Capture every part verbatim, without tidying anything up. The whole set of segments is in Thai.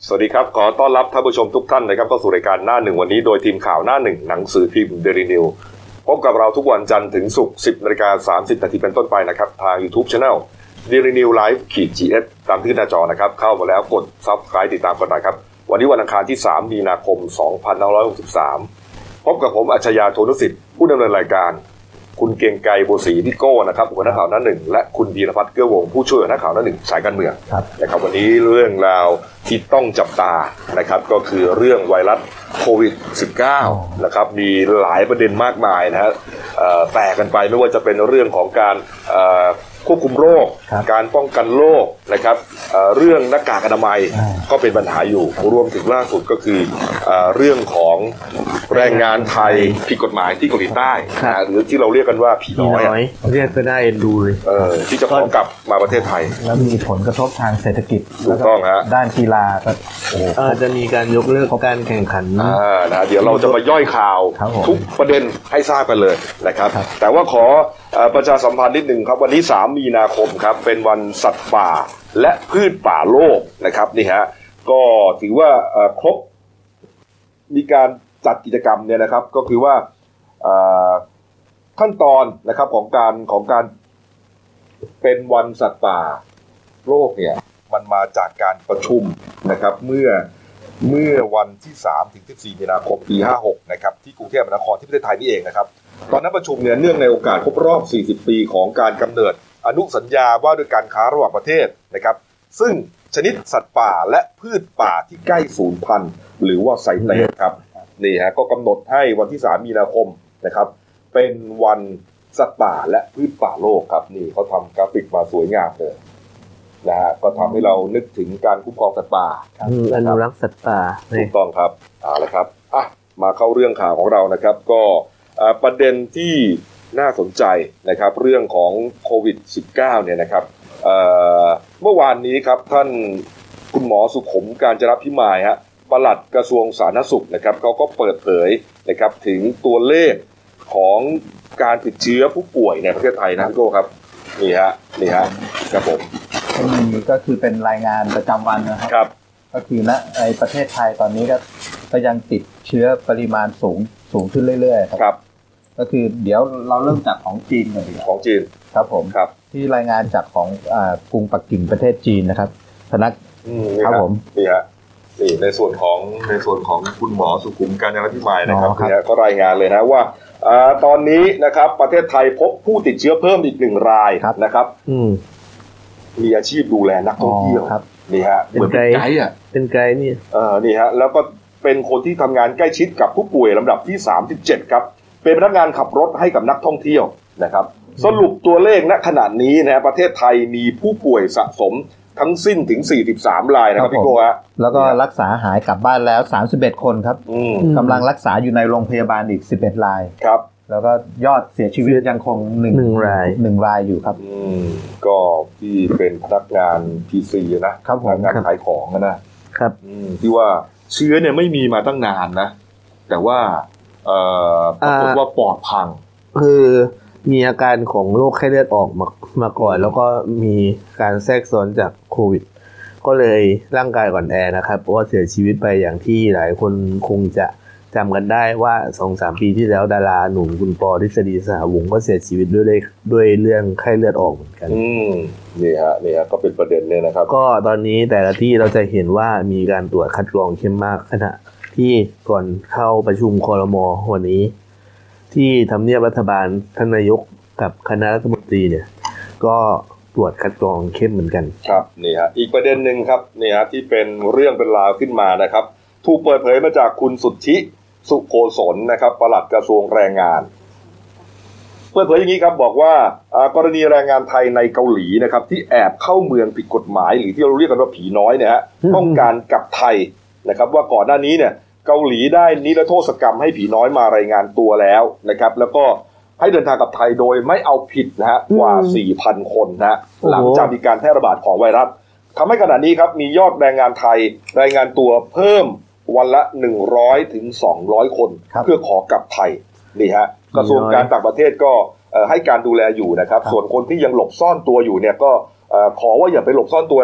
สวัสดีครับขอต้อนรับท่านผู้ชมทุกท่านนะครับเข้าสู่รายการหน้าหนึ่งวันนี้โดยทีมข่าวหน้าหนึ่งหนังสือพิมพ์ Daily News พบกับเราทุกวันจันทร์ถึงศุกร์ สิบนาฬิกาสามสิบนาทีเป็นต้นไปนะครับทาง YouTube Channel Daily News Live ขีด จี เอส ตามที่หน้าจอนะครับเข้ามาแล้วกด Subscribe ติดตามกันหน่อยครับวันนี้วันอังคารที่สามมีนาคมสองพันห้าร้อยหกสิบสามพบกับผมอัจฉริยะ โทนุสิทธิ์ผู้ดำเนินรายการคุณเกรียงไกร บัวศรีพี่โก้นะครับหัวหน้าข่าวหน้าหนึ่งและคุณธีรพัฒน์เกื้อวงผู้ช่วยหัวหน้าข่าวหน้าหนึ่งสายการเมืองนะครับวันนี้เรื่องราวที่ต้องจับตานะครับก็คือเรื่องไวรัสโควิด สิบเก้า นะครับมีหลายประเด็นมากมายนะฮะแตกกันไปไม่ว่าจะเป็นเรื่องของการควบคุมโรคการป้องกันโรคนะครับเรื่องหน้ากากอนามัยก็เป็นปัญหาอยู่รวมถึงล่าสุดก็คือเรื่องของแรงงานไทยผิดกฎหมายที่เกาหลีใต้หรือที่เราเรียกกันว่าผีน้อยเรียกก็ได้เอ็นดูเลยที่จะขอกลับมาประเทศไทยแล้วมีผลกระทบทางเศรษฐกิจถูกต้องฮะด้านกีฬาก็จะมีการยกเลิกการแข่งขันนะเดี๋ยวเราจะมาย่อยข่าวทุกประเด็นให้ทราบกันเลยนะครับแต่ว่าขอประชาสัมพันธ์นิดหนึ่งครับวันนี้สามมีนาคมครับเป็นวันสัตว์ป่าและพืชป่าโลกนะครับนี่ฮะก็ถือว่าครบมีการจัดกิจกรรมเนี่ยนะครับก็คือว่าขั้นตอนนะครับของการของการเป็นวันสัตว์ป่าโลกเนี่ยมันมาจากการประชุมนะครับเมื่อเมื่อวันที่สามถึงสิบสี่มีนาคมปีห้าหกนะครับที่กรุงเทพมหานครที่ประเทศไทยนี่เองนะครับตอนนั้นประชุมเนี่ยเนื่องในโอกาสครบรอบสี่สิบปีของการกำเนิดอนุสัญญาว่าด้วยการค้าระหว่างประเทศนะครับซึ่งชนิดสัตว์ป่าและพืชป่าที่ใกล้สูญพันธุ์หรือว่าไซเตสครับนี่ฮะก็กำหนดให้วันที่สามมีนาคมนะครับเป็นวันสัตว์ป่าและพืชป่าโลกครับนี่เขาทำกราฟิกมาสวยงามเลยนะฮะก็ทำให้เรานึกถึงการคุ้มครองสัตว์ป่าอนุรักษ์สัตว์ป่าถูกต้องครับเอาละครับอ่ะมาเข้าเรื่องข่าวของเรานะครับก็ประเด็นที่น่าสนใจนะครับเรื่องของโควิด สิบเก้า เนี่ยนะครับเอ่อเมื่อวานนี้ครับท่านคุณหมอสุขมกาญจนพิมายฮะปลัดกระทรวงสาธารณสุขนะครับเขาก็เปิดเผยนะครับถึงตัวเลขของการติดเชื้อผู้ป่วยในประเทศไทยนะพี่โก้ครับนี่ฮะนี่ฮะครับผมนี่ก็คือเป็นรายงานประจำวันนะครับครับก็คือณในประเทศไทยตอนนี้ก็ก็ยังติดเชื้อปริมาณสูงสูงขึ้นเรื่อยๆครับก็คือเดี๋ยวเราเริ่มจากของจีนก่อนดีของจีนครับผมครับที่รายงานจากของอ่ากรุงปักกิ่งประเทศจีนนะครับพนักครับผมนี่ฮะนี่ในส่วนของในส่วนของคุณหมอสุขุมกาญจนพิมายนะครับเนี่ยก็รายงานเลยนะว่าอ่าตอนนี้นะครับประเทศไทยพบผู้ติดเชื้อเพิ่มอีกหนึ่งรายนะครับอืมมีอาชีพดูแลนักท่องเที่ยวนี่ฮะเหมือนเป็นไกด์อ่ะเป็นไกด์นี่เออนี่ฮะแล้วก็เป็นคนที่ทำงานใกล้ชิดกับผู้ป่วยลำดับที่สามสิบเจ็ดครับเป็นพนักงานขับรถให้กับนักท่องเที่ยวนะครับสรุปตัวเลขณขณะนี้นะประเทศไทยมีผู้ป่วยสะสมทั้งสิ้นถึงสี่สิบสามรายนะครับพี่โก้ฮะแล้วก็รักษาหายกลับบ้านแล้วสามสิบเอ็ดคนครับกำลังรักษาอยู่ในโรงพยาบาลอีกสิบเอ็ดรายครับแล้วก็ยอดเสียชีวิตยังคงหนึ่งหนึ่งรายหนึ่งรายอยู่ครับอืมก็ที่เป็นพนักงาน พี ซี นะครับพนักงานขายของนะครับอืมที่ว่าเชื้อเนี่ยไม่มีมาตั้งนานนะแต่ว่าเอ่อปรากฏว่าปอดพังคือมีอาการของโรคไข้เลือดออกมามาก่อนแล้วก็มีการแทรกซ้อนจากโควิดก็เลยร่างกายอ่อนแอนะครับเพราะว่าเสียชีวิตไปอย่างที่หลายคนคงจะจำกันได้ว่า สองถึงสาม ปีที่แล้วดาราหนุ่มคุณปอทฤษฎีสหวงศ์ก็เสียชีวิตด้วยด้วยเรื่องไข้เลือดออกเหมือนกันอืมนี่ฮะนี่ฮะก็เป็นประเด็นเลยนะครับก็ตอนนี้แต่ละที่เราจะเห็นว่ามีการตรวจคัดกรองเข้มมากขณะที่ก่อนเข้าประชุมครม.วันนี้ที่ทำเนียบรัฐบาลท่านนายกกับคณะรัฐมนตรีเนี่ยก็ตรวจคัดกรองเข้มเหมือนกันครับนี่ฮะอีกประเด็นหนึ่งครับนี่ฮะที่เป็นเรื่องเป็นราวขึ้นมานะครับถูกเปิดเผยมาจากคุณสุทธิสุโกศลนะครับปลัดกระทรวงแรงงานเปิดเผยอย่างนี้ครับบอกว่ากรณีแรงงานไทยในเกาหลีนะครับที่แอบเข้าเมืองผิดกฎหมายหรือที่เราเรียกกันว่าผีน้อยเนี่ยฮะต้องการกลับไทยนะครับว่าก่อนหน้านี้เนี่ยเกาหลีได้นิรโทษกรรมให้ผีน้อยมารายงานตัวแล้วนะครับแล้วก็ให้เดินทางกลับไทยโดยไม่เอาผิดนะฮะกว่า สี่พัน คนนะฮะหลังจากมีการแพร่ระบาดของไวรัสทำให้ขณะนี้ครับมียอดแรงงานไทยรายงานตัวเพิ่มวันละหนึ่งร้อยถึงสองร้อยคนเพื่อขอกลับไทยนี่ฮะกระทรวงการต่างประเทศก็ให้การดูแลอยู่นะครับส่วนคนที่ยังหลบซ่อนตัวอยู่เนี่ยก็ขอว่าอย่าไปหลบซ่อนตัวนะ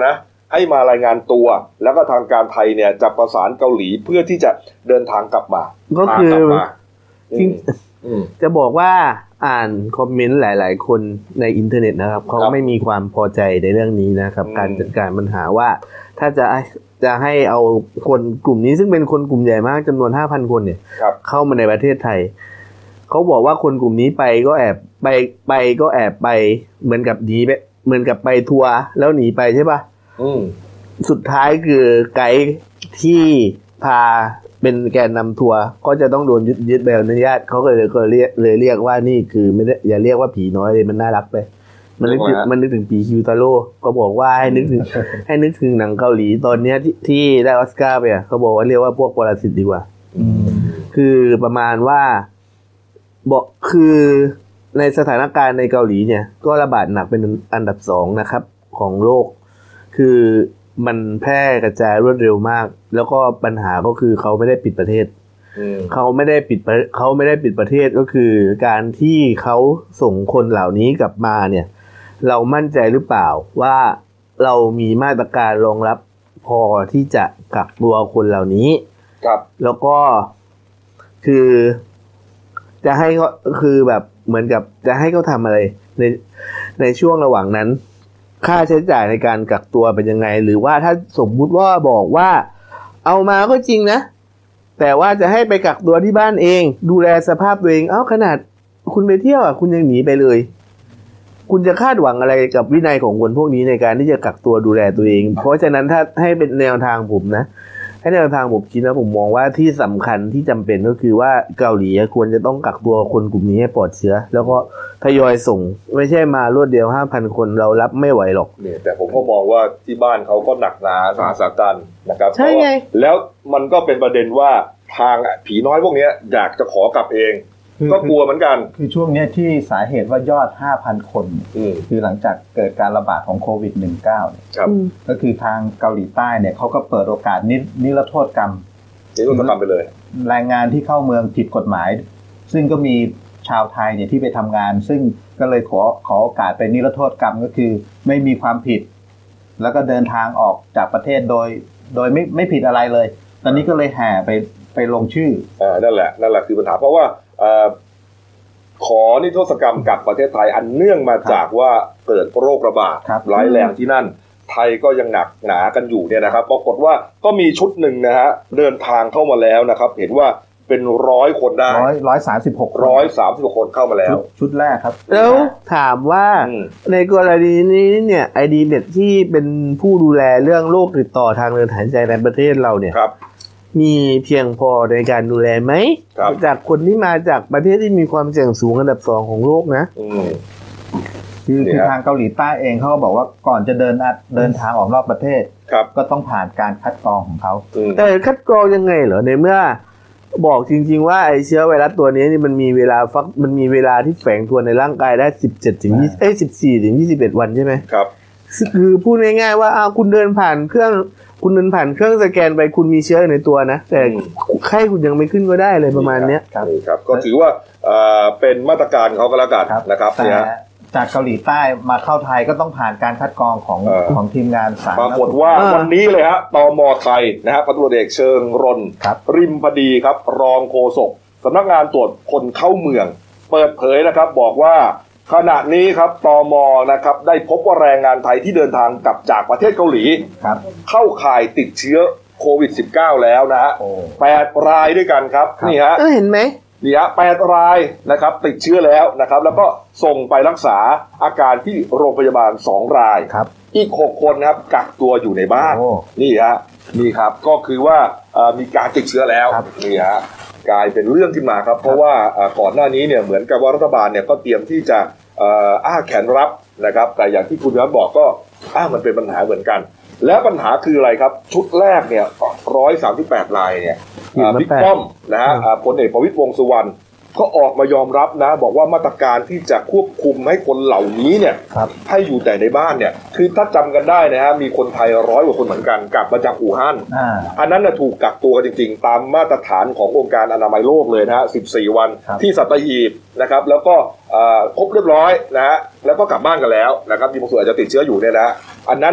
ให้มารายงานตัวแล้วก็ทางการไทยเนี่ยจะประสานเกาหลีเพื่อที่จะเดินทางกลับมาก็คือจริงจะบอกว่าอ่านคอมเมนต์หลายๆคนในอินเทอร์เน็ตนะครับเขาไม่มีความพอใจในเรื่องนี้นะครับการจัดการปัญหาว่าถ้าจะจะให้เอาคนกลุ่มนี้ซึ่งเป็นคนกลุ่มใหญ่มากจำนวน ห้าพัน คนเนี่ยเข้ามาในประเทศไทยเขาบอกว่าคนกลุ่มนี้ไปก็แอบไปไปก็แอบไปเหมือนกับหนีไปเหมือนกับไปทัวร์แล้วหนีไปใช่ป่ะสุดท้ายคือไกด์ที่พาเป็นแกนนำทัวร์ก็จะต้องโดนยึดยึดใบอนุญาตเขาก็เลยก็เรียกเลยเรียกว่านี่คือไม่ได้อย่าเรียกว่าผีน้อยเลยมันน่ารักไปมันนึกถึงมันนึกถึงผีคิวตาโร่ก็บอกว่าให้นึกถึงให้นึกถึงหนังเกาหลีตอนเนี้ยที่ที่ได้ออสการ์ไปอ่ะเขาบอกว่าเรียกว่าพวกปรสิตดีกว่าคือประมาณว่าบอกคือในสถานการณ์ในเกาหลีเนี่ยก็ระบาดหนักเป็นอันดับสองนะครับของโลกคือมันแพร่กระจายรวดเร็วมากแล้วก็ปัญหาก็คือเขาไม่ได้ปิดประเทศเขาไม่ได้ปิดเขาไม่ได้ปิดประเทศก็คือการที่เขาส่งคนเหล่านี้กลับมาเนี่ยเรามั่นใจหรือเปล่าว่าเรามีมาตรการรองรับพอที่จะกักตัวคนเหล่านี้ครับแล้วก็คือจะให้เขาคือแบบเหมือนกับจะให้เขาทำอะไรในในช่วงระหว่างนั้นค่าใช้จ่ายในการกักตัวเป็นยังไงหรือว่าถ้าสมมุติว่าบอกว่าเอามาก็จริงนะแต่ว่าจะให้ไปกักตัวที่บ้านเองดูแลสภาพตัวเองเอ้าขนาดคุณไปเที่ยวอ่ะคุณยังหนีไปเลยคุณจะคาดหวังอะไรกับวินัยของคนพวกนี้ในการที่จะกักตัวดูแลตัวเองเพราะฉะนั้นถ้าให้เป็นแนวทางผมนะให้แนวทางผมคิดนะผมมองว่าที่สำคัญที่จำเป็นก็คือว่าเกาหลีควรจะต้องกักตัวคนกลุ่มนี้ให้ปลอดเชื้อแล้วก็ทยอยส่งไม่ใช่มารวดเดียว ห้าพัน คนเรารับไม่ไหวหรอกเนี่ยแต่ผมก็มองว่าที่บ้านเขาก็หนักหนาสาหัสกันนะครับใช่ไงแล้วมันก็เป็นประเด็นว่าทางผีน้อยพวกนี้อยากจะขอกลับเองก็กลัวเหมือนกันคือช่วงนี้ที่สาเหตุว่ายอด ห้าพัน คนคือหลังจากเกิดการระบาดของโควิด สิบเก้า เนี่ยก็คือทางเกาหลีใต้เนี่ยเขาก็เปิดโอกาสนิรโทษกรรมนิรโทษกรรมไปเลยแรงงานที่เข้าเมืองผิดกฎหมายซึ่งก็มีชาวไทยเนี่ยที่ไปทำงานซึ่งก็เลยขอขอโอกาสไปนิรโทษกรรมก็คือไม่มีความผิดแล้วก็เดินทางออกจากประเทศโดยโดยไม่ไม่ผิดอะไรเลยตอนนี้ก็เลยแห่ไปไปลงชื่ออ่านั่นแหละนั่นแหละคือปัญหาเพราะว่าขอนิรโทษกรรมกับประเทศไทยอันเนื่องมาจากว่าเกิดโรคระบาดร้ายแรงที่นั่นไทยก็ยังหนักหนากันอยู่เนี่ยนะครับปรากฏว่าก็มีชุดหนึ่งนะฮะเดินทางเข้ามาแล้วนะครับเห็นว่าเป็นร้อยคนได้ร้อยร้อยสามสิบหกร้อยสามสิบหกคนเข้ามาแล้วชุดแรกครับแล้วถามว่าในกรณีนี้เนี่ย ไอ ดี เน็ต ที่เป็นผู้ดูแลเรื่องโรคติดต่อทางเดินหายใจในประเทศเราเนี่ยมีเพียงพอในการดูแลไหมจากคนที่มาจากประเทศที่มีความเสี่ยงสูงอันดับสองของโลกนะคือคือทางเกาหลีใต้เองเขาก็บอกว่าก่อนจะเดินเดินทางออกนอกประเทศก็ต้องผ่านการคัดกรองของเขาแต่คัดกรองยังไงเหรอในเมื่อบอกจริงๆว่าไอเชื้อไวรัสตัวนี้นี่มันมีเวลาฟักมันมีเวลาที่แฝงตัวในร่างกายได้สิบเจ็ดถึงยี่สิบเอ้ยสิบสี่ถึงยี่สิบเอ็ดวันใช่ไหมครับคือพูดง่ายๆว่าอ้าวคุณเดินผ่านเครื่องคุณเดินผ่านเครื่องสแกนไปคุณมีเชื้อในตัวนะแต่ไข้คุณยังไม่ขึ้นก็ได้เลยประมาณนี้ครับครับก็ถือว่าเป็นมาตรการเขาก็แล้วกันนะครับเนี่ยจากเกาหลีใต้มาเข้าไทยก็ต้องผ่านการคัดกรองของของทีมงานสาธารณสุขปรากฏว่าวันนี้เลยฮะตม.ไทยนะฮะพันตำรวจเอกเชิงรณริมพดีครับรองโฆษกสำนักงานตรวจคนเข้าเมืองเปิดเผยนะครับบอกว่าขณะนี้ครับตม.นะครับได้พบว่าแรงงานไทยที่เดินทางกลับจากประเทศเกาหลีเข้าข่ายติดเชื้อโควิด สิบเก้า แล้วนะฮะแปดรายด้วยกันครับนี่ฮะเห็นไหมนี่ฮะแปดรายนะครับติดเชื้อแล้วนะครับแล้วก็ส่งไปรักษาอาการที่โรงพยาบาลสองรายครับอีกหกคนนะครับกักตัวอยู่ในบ้านนี่ฮะนี่ครับก็คือว่ามีการติดเชื้อแล้วนี่ฮะกลายเป็นเรื่องขึ้นมาครับเพราะว่าก่อนหน้านี้เนี่ยเหมือนกับว่ารัฐบาลเนี่ยก็เตรียมที่จะอ้าแขนรับนะครับแต่อย่างที่คุณยอดบอกก็อ้ามันเป็นปัญหาเหมือนกันแล้วปัญหาคืออะไรครับชุดแรกเนี่ยหนึ่งร้อยสามสิบแปดรายเนี่ยบิ๊กป้อมนะฮะพลเอกประวิตรวงษ์สุวรรณก็ออกมายอมรับนะบอกว่ามาตรการที่จะควบคุมให้คนเหล่านี้เนี่ยให้อยู่แต่ในบ้านเนี่ยคือถ้าจำกันได้นะฮะมีคนไทยร้อยกว่าคนเหมือนกันกลับมาจากอู่ฮั่น อ, อันนั้นน่ะถูกกักตัวจริงๆตามมาตรฐานขององค์การอนามัยโลกเลยนะฮะสิบสี่วันที่สัตหีบนะครับแล้วก็ครบเรียบร้อยนะฮะแล้วก็กลับบ้านกันแล้วนะครับมีบางส่วนอาจจะติดเชื้ออยู่เนี่ยนะอันนั้น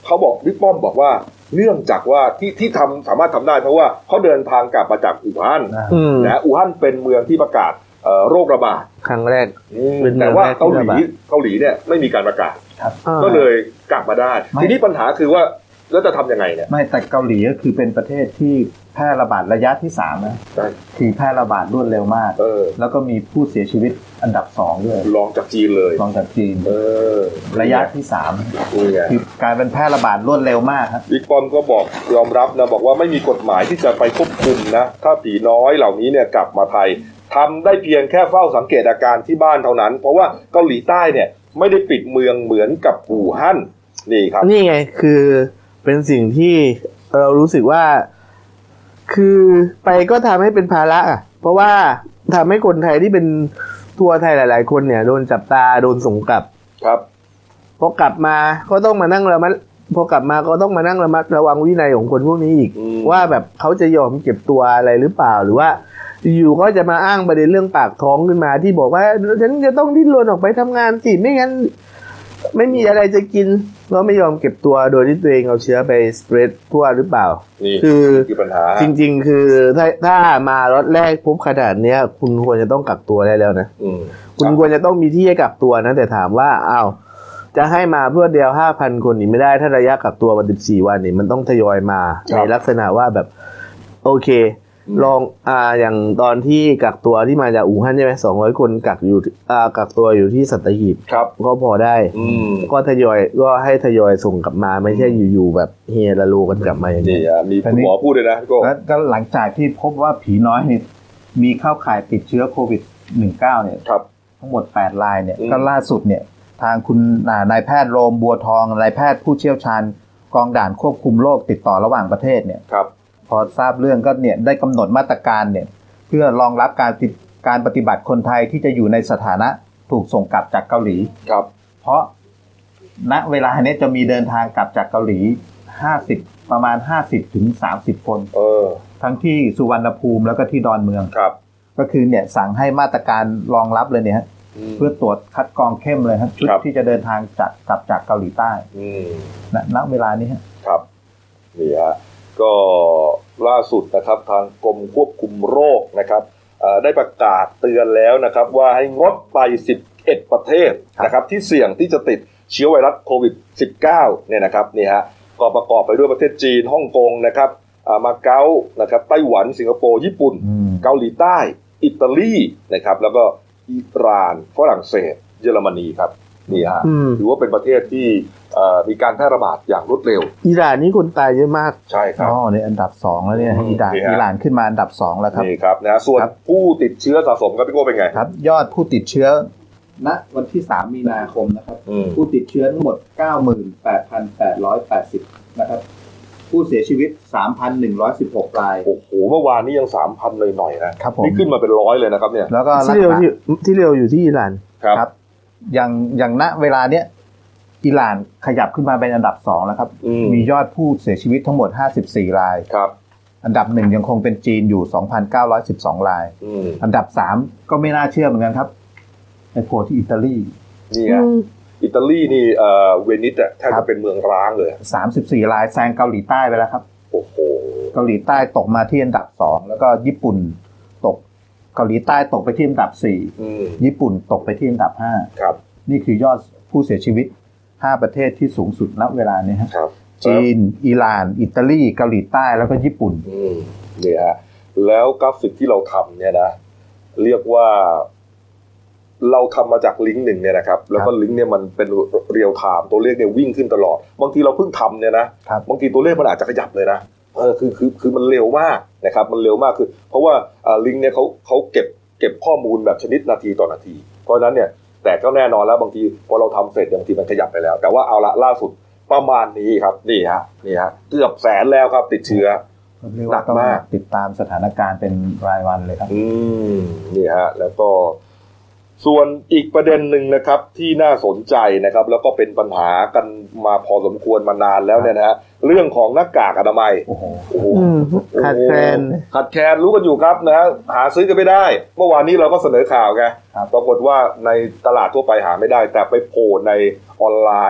เขาบอกบิ๊กป้อมบอกว่าเนื่องจากว่าที่ที่ทำสามารถทำได้เพราะว่าเขาเดินทางกลับมาจากอู่ฮั่นนะอู่ฮั่นเป็นเมืองที่ประกาศโรคระบาดครั้งแรกแต่ว่าเกาหลีเกาหลีเนี่ยไม่มีการประกาศก็เลยกลับมาได้ทีนี้ปัญหาคือว่าแล้วจะทำยังไงเนี่ยไม่แต่เกาหลีก็คือเป็นประเทศที่แพร่ระบาดระยะที่สามนะคือแพร่ระบาดรวดเร็วมากแล้วก็มีผู้เสียชีวิตอันดับสองด้วยรองจากจีนเลยรองจากจีนระยะที่สามคือการเป็นแพร่ระบาดรวดเร็วมากครับบิ๊กป้อมก็บอกยอมรับนะบอกว่าไม่มีกฎหมายที่จะไปควบคุมนะถ้าผีน้อยเหล่านี้เนี่ยกลับมาไทยทำได้เพียงแค่เฝ้าสังเกตอาการที่บ้านเท่านั้นเพราะว่าเกาหลีใต้เนี่ยไม่ได้ปิดเมืองเหมือนกับอู่ฮั่นนี่ครับนี่ไงคือเป็นสิ่งที่เรารู้สึกว่าคือไปก็ทำให้เป็นภาระอ่ะเพราะว่าทำให้คนไทยที่เป็นทัวร์ไทยหลายๆคนเนี่ยโดนจับตาโดนส่งกลับครับพอกลับมาก็ต้องมานั่งระมัดพอกลับมาก็ต้องมานั่งระมัดระวังวินัยของคนพวกนี้อีกว่าแบบเขาจะยอมเก็บตัวอะไรหรือเปล่าหรือว่าอยู่ก็จะมาอ้างประเด็นเรื่องปากท้องขึ้นมาที่บอกว่าฉันจะต้องดิ้นรนออกไปทำงานสิไม่งั้นไม่มีอะไรจะกินก็ไม่ยอมเก็บตัวโดยที่ตัวเองเอาเชื้อไปสเปรดทั่วหรือเปล่าคือปัญหาจริงๆคือถ้าถ้ามาล็อตแรกพบขนาดนี้คุณควรจะต้องกักตัวได้แล้วนะคุณควรจะต้องมีที่ให้กักตัวนะแต่ถามว่าอ้าวจะให้มาเพื่อเดียว ห้าพัน คนนี่ไม่ได้ถ้าระยะกักตัววันสิบสี่วันนี่มันต้องทยอยมาในลักษณะว่าแบบโอเคลองอ่าอย่างตอนที่กักตัวที่มาจากอู่ฮั่นใช่ไหมสองร้อยคนกักอยู่อ่ากักตัวอยู่ที่สัตหีบครับก็พอได้ก็ทยอยก็ให้ทยอยส่งกลับมาไม่ใช่อยู่ๆแบบเฮละโลกันกลับมาอย่างนี้มีคุณหมอพูดเลยนะก็ก็หลังจากที่พบว่าผีน้อยนี่มีเข้าข่ายติดเชื้อโควิดสิบเก้าเนี่ยทั้งหมดแปดรายเนี่ยก็ล่าสุดเนี่ยทางคุณนายแพทย์โรมบัวทองนายแพทย์ผู้เชี่ยวชาญกองด่านควบคุมโรคติดต่อระหว่างประเทศเนี่ยพอทราบเรื่องก็เนี่ยได้กำหนดมาตรการเนี่ยเพื่อรองรับการการปฏิบัติคนไทยที่จะอยู่ในสถานะถูกส่งกลับจากเกาหลีครับเพราะณเวลานี้จะมีเดินทางกลับจากเกาหลีห้าสิบประมาณห้าสิบถึงสามสิบคนเออทั้งที่สุวรรณภูมิแล้วก็ที่ดอนเมืองครับก็คือเนี่ยสั่งให้มาตรการรองรับเลยเนี่ยเพื่อตรวจคัดกรองเข้มเลยครับชุดที่จะเดินทางจากกลับจากเกาหลีใต้ณณเวลานี้ครับนี่ฮะก็ล่าสุดนะครับทางกรมควบคุมโรคนะครับได้ประกาศเตือนแล้วนะครับว่าให้งดไปสิบเอ็ดประเทศนะครับที่เสี่ยงที่จะติดเชื้อไวรัสโควิด สิบเก้า เนี่ยนะครับนี่ฮะก็ประกอบไปด้วยประเทศจีนฮ่องกงนะครับมาเก๊านะครับไต้หวันสิงคโปร์ญี่ปุ่นเกาหลีใต้อิตาลีนะครับแล้วก็อิหร่านฝรั่งเศสเยอรมนีครับนี่ฮะถือว่าเป็นประเทศที่มีการแพร่ระบาดอย่างรวดเร็วอิหร่านนี่คนตายเยอะมากใช่ครับอ๋อในอันดับสองแล้วเนี่ยอิหร่านอิหร่านขึ้นมาอันดับสองแล้วครับนี่ครับนะส่วนผู้ติดเชื้อสะสมครับพี่โก้เป็นไงครับยอดผู้ติดเชื้อณวันที่สามมีนาคมนะครับผู้ติดเชื้อทั้งหมด เก้าหมื่นแปดพันแปดร้อยแปดสิบ นะครับผู้เสียชีวิต สามพันหนึ่งร้อยสิบหก รายโอ้โหเมื่อวานนี้ยัง สามพัน เลยหน่อยนะครับนี่ขึ้นมาเป็นร้อยเลยนะครับเนี่ยแล้วก็ที่เร็วที่ที่เร็วอยู่ที่อิหร่านครับอย่างอย่างณเวลาเนี้ยอิหร่านขยับขึ้นมาเป็นอันดับสองแล้วครับมียอดผู้เสียชีวิตทั้งหมดห้าสิบสี่รายครับอันดับหนึ่งยังคงเป็นจีนอยู่ สองพันเก้าร้อยสิบสอง รายอันดับสามก็ไม่น่าเชื่อเหมือนกันครับในโผล่ที่อิตาลีนี่อ่ะอิตาลีนี่เอ่อเวนิสอ่ะแทบจะเป็นเมืองร้างเลยสามสิบสี่รายแซงเกาหลีใต้ไปแล้วครับโอ้โหเกาหลีใต้ตกมาที่อันดับสองแล้วก็ญี่ปุ่นตกเกาหลีใต้ตกไปที่อันดับสี่ญี่ปุ่นตกไปที่อันดับห้าครับนี่คือยอดผู้เสียชีวิตห้าประเทศที่สูงสุดณเวลานี้ครับจีนอิหร่านอิตาลีเกาหลีใต้แล้วก็ญี่ปุ่นอืมเนี่ยฮะแล้วกราฟิกที่เราทำเนี่ยนะเรียกว่าเราทำมาจากลิงก์หนึ่งเนี่ยนะครับแล้วก็ลิงก์เนี่ยมันเป็นเรียลไทม์ตัวเลขเนี่ยวิ่งขึ้นตลอดบางทีเราเพิ่งทำเนี่ยนะบางทีตัวเลขมันอาจจะขยับเลยนะเออคือคือคือมันเร็วมากนะครับมันเร็วมากคือเพราะว่าลิงก์เนี่ยเขาเขาเก็บเก็บข้อมูลแบบชนิดนาทีต่อนาทีเพราะฉะนั้นเนี่ยแต่ก็แน่นอนแล้วบางทีพอเราทำเสร็จบางทีมันขยับไปแล้วแต่ว่าเอาละล่าสุดประมาณนี้ครับนี่ฮะนี่ฮะเกือบแสนแล้วครับติดเชื้อหนักมากติดตามสถานการณ์เป็นรายวันเลยครับอืมนี่ฮะแล้วก็ส่วนอีกประเด็นหนึ่งนะครับที่น่าสนใจนะครับแล้วก็เป็นปัญหากันมาพอสมควรมานานแล้วเนี่ยนะฮะเรื่องของหน้ากากอนามัยโอ้โหขาดแคลนขาดแคลนรู้กันอยู่ครับนะหาซื้อกันไม่ได้เมื่อวานนี้เราก็เสนอข่าวไงปรากฏว่าในตลาดทั่วไปหาไม่ได้แต่ไปโผล่ในออนไลน์ไป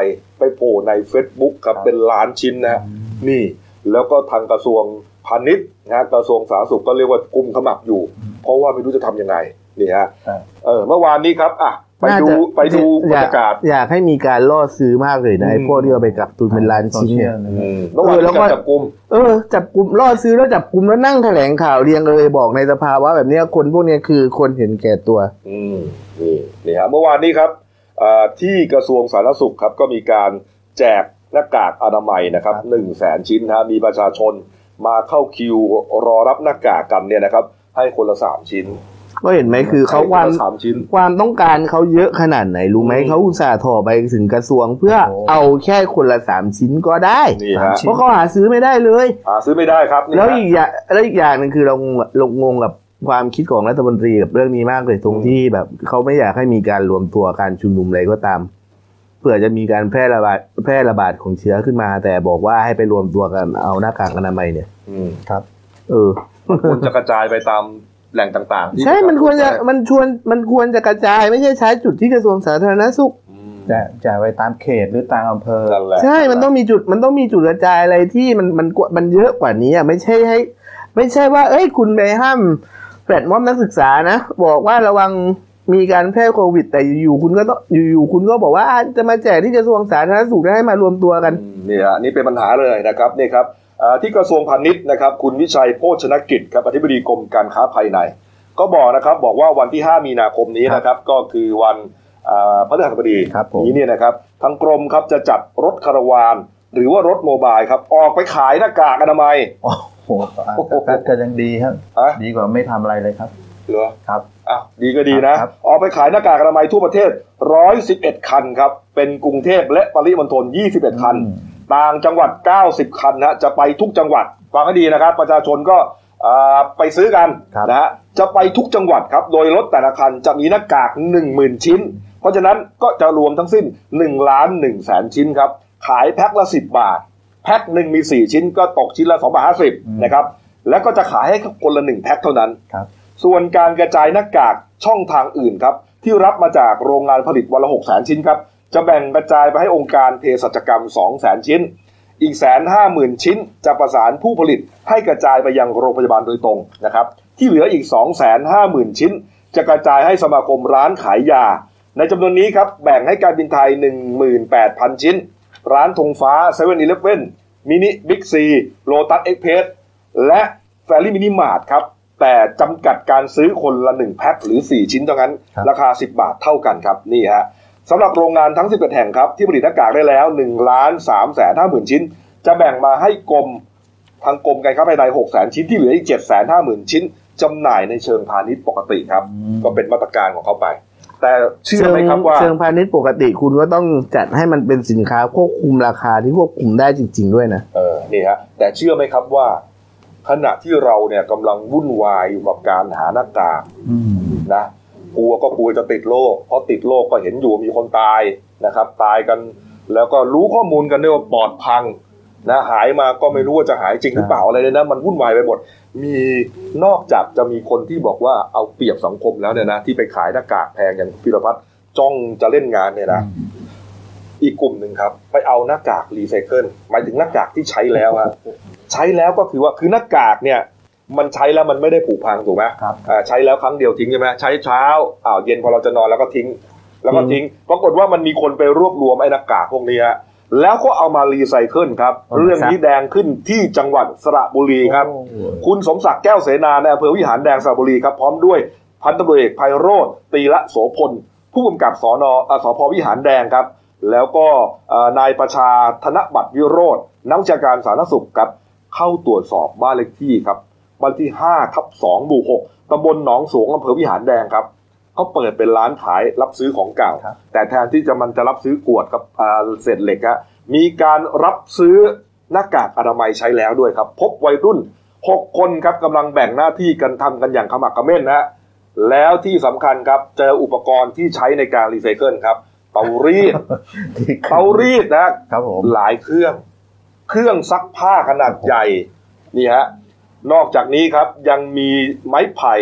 ไปโผล่ใน Facebook ครับเป็นล้านชิ้นนะนี่แล้วก็ทางกระทรวงพาณิชย์นะกระทรวงสาธารณสุขก็เรียกว่ากุมขมับอยู่เพราะว่าไม่รู้จะทำยังไงนี่ฮะเออเมื่อวานนี้ครับอ่ะไปดูไปดูบรรยากาศอยากให้มีการล่อซื้อมากเลยนะไอ้พวกที่เอาไปกักตุนเป็นล้านชิ้นเนี่ยเมื่อวานนี้จับกุมเออจับกุมล่อซื้อแล้วจับกุมแล้วนั่งแถลงข่าวเรียงเลยบอกในสภาวะแบบนี้คนพวกนี้คือคนเห็นแก่ตัวอืมนี่นี่ฮะเมื่อวานนี้ครับที่กระทรวงสาธารณสุขครับก็มีการแจกหน้ากากอนามัยนะครับหนึ่งแสนชิ้นนะมีประชาชนมาเข้าคิวรอรับหน้ากากกันเนี่ยนะครับให้คนละสามชิ้นก็เห็นไหมคือเขาความความต้องการเขาเยอะขนาดไหนรู้ไหมเขาอุตส่าห์ถ่อไปถึงกระทรวงเพื่อเอาแค่คนละสามชิ้นก็ได้เพราะเขาหาซื้อไม่ได้เลยหาซื้อไม่ได้ครับแล้วอีกอย่างแล้วอีกอย่างนึงคือเราลงงงกับความคิดของรัฐมนตรีกับเรื่องนี้มากเลยตรงที่แบบเขาไม่อยากให้มีการรวมตัวการชุมนุมอะไรก็ตามเผื่อจะมีการแพร่ระบาดแพร่ระบาดของเชื้อขึ้นมาแต่บอกว่าให้ไปรวมตัวกันเอาหน้ากากอนามัยเนี่ยอืมครับเออควรจะกระจายไปตามแหล่งต่างๆใช่มันควรจะมันชวนมันควรจะกระจายไม่ใช่ใช้จุดที่กระทรวงสาธารณสุขจะจะไปตามเขตหรือตามอำเภอใช่มันต้องมีจุดมันต้องมีจุดกระจายอะไรที่มันมันมันเยอะกว่านี้อ่ะไม่ใช่ให้ไม่ใช่ว่าเอ้ยคุณไปห้ามแฟลตม็อบนักศึกษานะบอกว่าระวังมีการแพร่โควิดแต่อยู่ๆคุณก็ต้องอยู่ๆคุณก็บอกว่าจะมาแจกที่กระทรวงสาธารณสุขให้มารวมตัวกันนี่ฮะนี่เป็นปัญหาเลยนะครับนี่ครับที่กระทรวงพาณิชย์นะครับคุณวิชัยโภชนกิจครับอธิบดีกรมการค้าภายในก็บอกนะครับบอกว่าวันที่ห้ามีนาคมนี้นะครับก็คือวันพฤหัสบดีนี้เนี่ยนะครับทางกรมครับจะจัดรถคาราวานหรือว่ารถโมบายครับออกไปขายหน้ากากอนามัยโอ้โหก็ยังดีครับดีกว่าไม่ทำอะไรเลยครับเหรอครับอ้าวดีก็ดีนะออกไปขายหน้ากากอนามัยทั่วประเทศหนึ่งร้อยสิบเอ็ดคันครับเป็นกรุงเทพและปริมณฑลยี่สิบเอ็ดคันต่างจังหวัดเก้าสิบคันนะจะไปทุกจังหวัดฟังให้ดีนะครับประชาชนก็ไปซื้อกันนะฮะจะไปทุกจังหวัดครับโดยรถแต่ละคันจะมีหน้ากาก หนึ่งหมื่น ชิ้นเพราะฉะนั้นก็จะรวมทั้งสิ้นหนึ่งล้านหนึ่งแสนชิ้นครับขายแพ็คละสิบบาทแพ็คหนึ่งมีสี่ชิ้นก็ตกชิ้นละสองบาทห้าสิบนะครับแล้วก็จะขายให้คนละหนึ่งแพ็คเท่านั้นส่วนการกระจายหน้ากากช่องทางอื่นครับที่รับมาจากโรงงานผลิตวันละหกแสนชิ้นครับจะแบ่งกระจายไปให้องค์การเภสัชกรรม สองแสน ชิ้นอีก หนึ่งแสนห้าหมื่น ชิ้นจะประสานผู้ผลิตให้กระจายไปยังโรงพยาบาลโดยตรงนะครับที่เหลืออีก สองแสนห้าหมื่น ชิ้นจะกระจายให้สมาคมร้านขายยาในจำนวนนี้ครับแบ่งให้การบินไทย หนึ่งหมื่นแปดพัน ชิ้นร้านธงฟ้า เซเว่น อีเลฟเว่น มินิบิ๊กซีโลตัสเอ็กเพรสและแฟรี่มินิมาร์ทครับแต่จำกัดการซื้อคนละหนึ่งแพ็คหรือสี่ชิ้นเท่านั้นราคาสิบบาทเท่ากันครับนี่ฮะสำหรับโรงงานทั้งสิบเอ็ดแห่งครับที่ผลิตหน้ากากได้แล้ว หนึ่งล้านสามแสนห้าหมื่น ชิ้นจะแบ่งมาให้กรมทางกรมการค้าภายใน หกแสน ชิ้นที่เหลืออีก เจ็ดแสนห้าหมื่น ชิ้นจำหน่ายในเชิงพาณิชย์ปกติครับก็เป็นมาตรการของเขาไปแต่เชื่อไหมครับว่าเชิงพาณิชย์ปกติคุณก็ต้องจัดให้มันเป็นสินค้าควบคุมราคาที่ควบคุมได้จริงๆด้วยนะเออนี่ฮะแต่เชื่อไหมครับว่าขณะที่เราเนี่ยกำลังวุ่นวายอยู่กับการหาหน้ากากนะกลัวก็กลัวจะติดโรคเพราะติดโรคก็เห็นอยู่มีคนตายนะครับตายกันแล้วก็รู้ข้อมูลกันด้วยว่าปอดพังนะหายมาก็ไม่รู้ว่าจะหายจริงหรือเปล่าอะไรเลยนะมันวุ่นวายไปหมดมีนอกจากจะมีคนที่บอกว่าเอาเปรียบสังคมแล้วเนี่ยนะที่ไปขายหน้ากากแพงอย่างพิรพัฒน์จ้องจะเล่นงานเนี่ยนะอีกกลุ่มหนึ่งครับไปเอาหน้ากากรีไซเคิลหมายถึงหน้ากากที่ใช้แล้วฮะใช้แล้วก็คือว่าคือหน้ากากเนี่ยมันใช้แล้วมันไม่ได้ผุพังถูกไหมครับใช้แล้วครั้งเดียวทิ้งใช่ไหมใช้เช้าอ้าวเย็นพอเราจะนอนแล้วก็ทิ้งแล้วก็ทิ้งปรากฏว่ามันมีคนไปรวบรวมไอ้หน้ากากพวกนี้แล้วก็เอามารีไซเคิลครับเรื่องนี้แดงขึ้นที่จังหวัดสระบุรีครับคุณสมศักดิ์แก้วเสนาในอำเภอวิหารแดงสระบุรีครับพร้อมด้วยพันตำรวจเอกไพโรจน์ตีละโสพลผู้กำกับสนสพวิหารแดงครับแล้วก็นายประชาธนบัตรวิโรจน์นักวิชาการสาธารณสุขครับเข้าตรวจสอบบ้านเลขที่ครับบ้านที่ห้าทับสองหมู่หกตำบลหนองสวงอำเภอวิหารแดงครับเขาเปิดเป็นร้านขายรับซื้อของเก่าแต่แทนที่จะมันจะรับซื้อกวดกับเศษเหล็กฮะมีการรับซื้อหน้ากากอนามัยใช้แล้วด้วยครับพบวัยรุ่นหกคนครับกำลังแบ่งหน้าที่กันทำกันอย่างขมักเขม้นนะแล้วที่สำคัญครับเจออุปกรณ์ที่ใช้ในการรีไซเคิลครับเตารีดเตารีดนะครับผมหลายเครื่องเครื่องซักผ้าขนาดใหญ่นี่ฮะนอกจากนี้ครับยังมีไม้ไผ่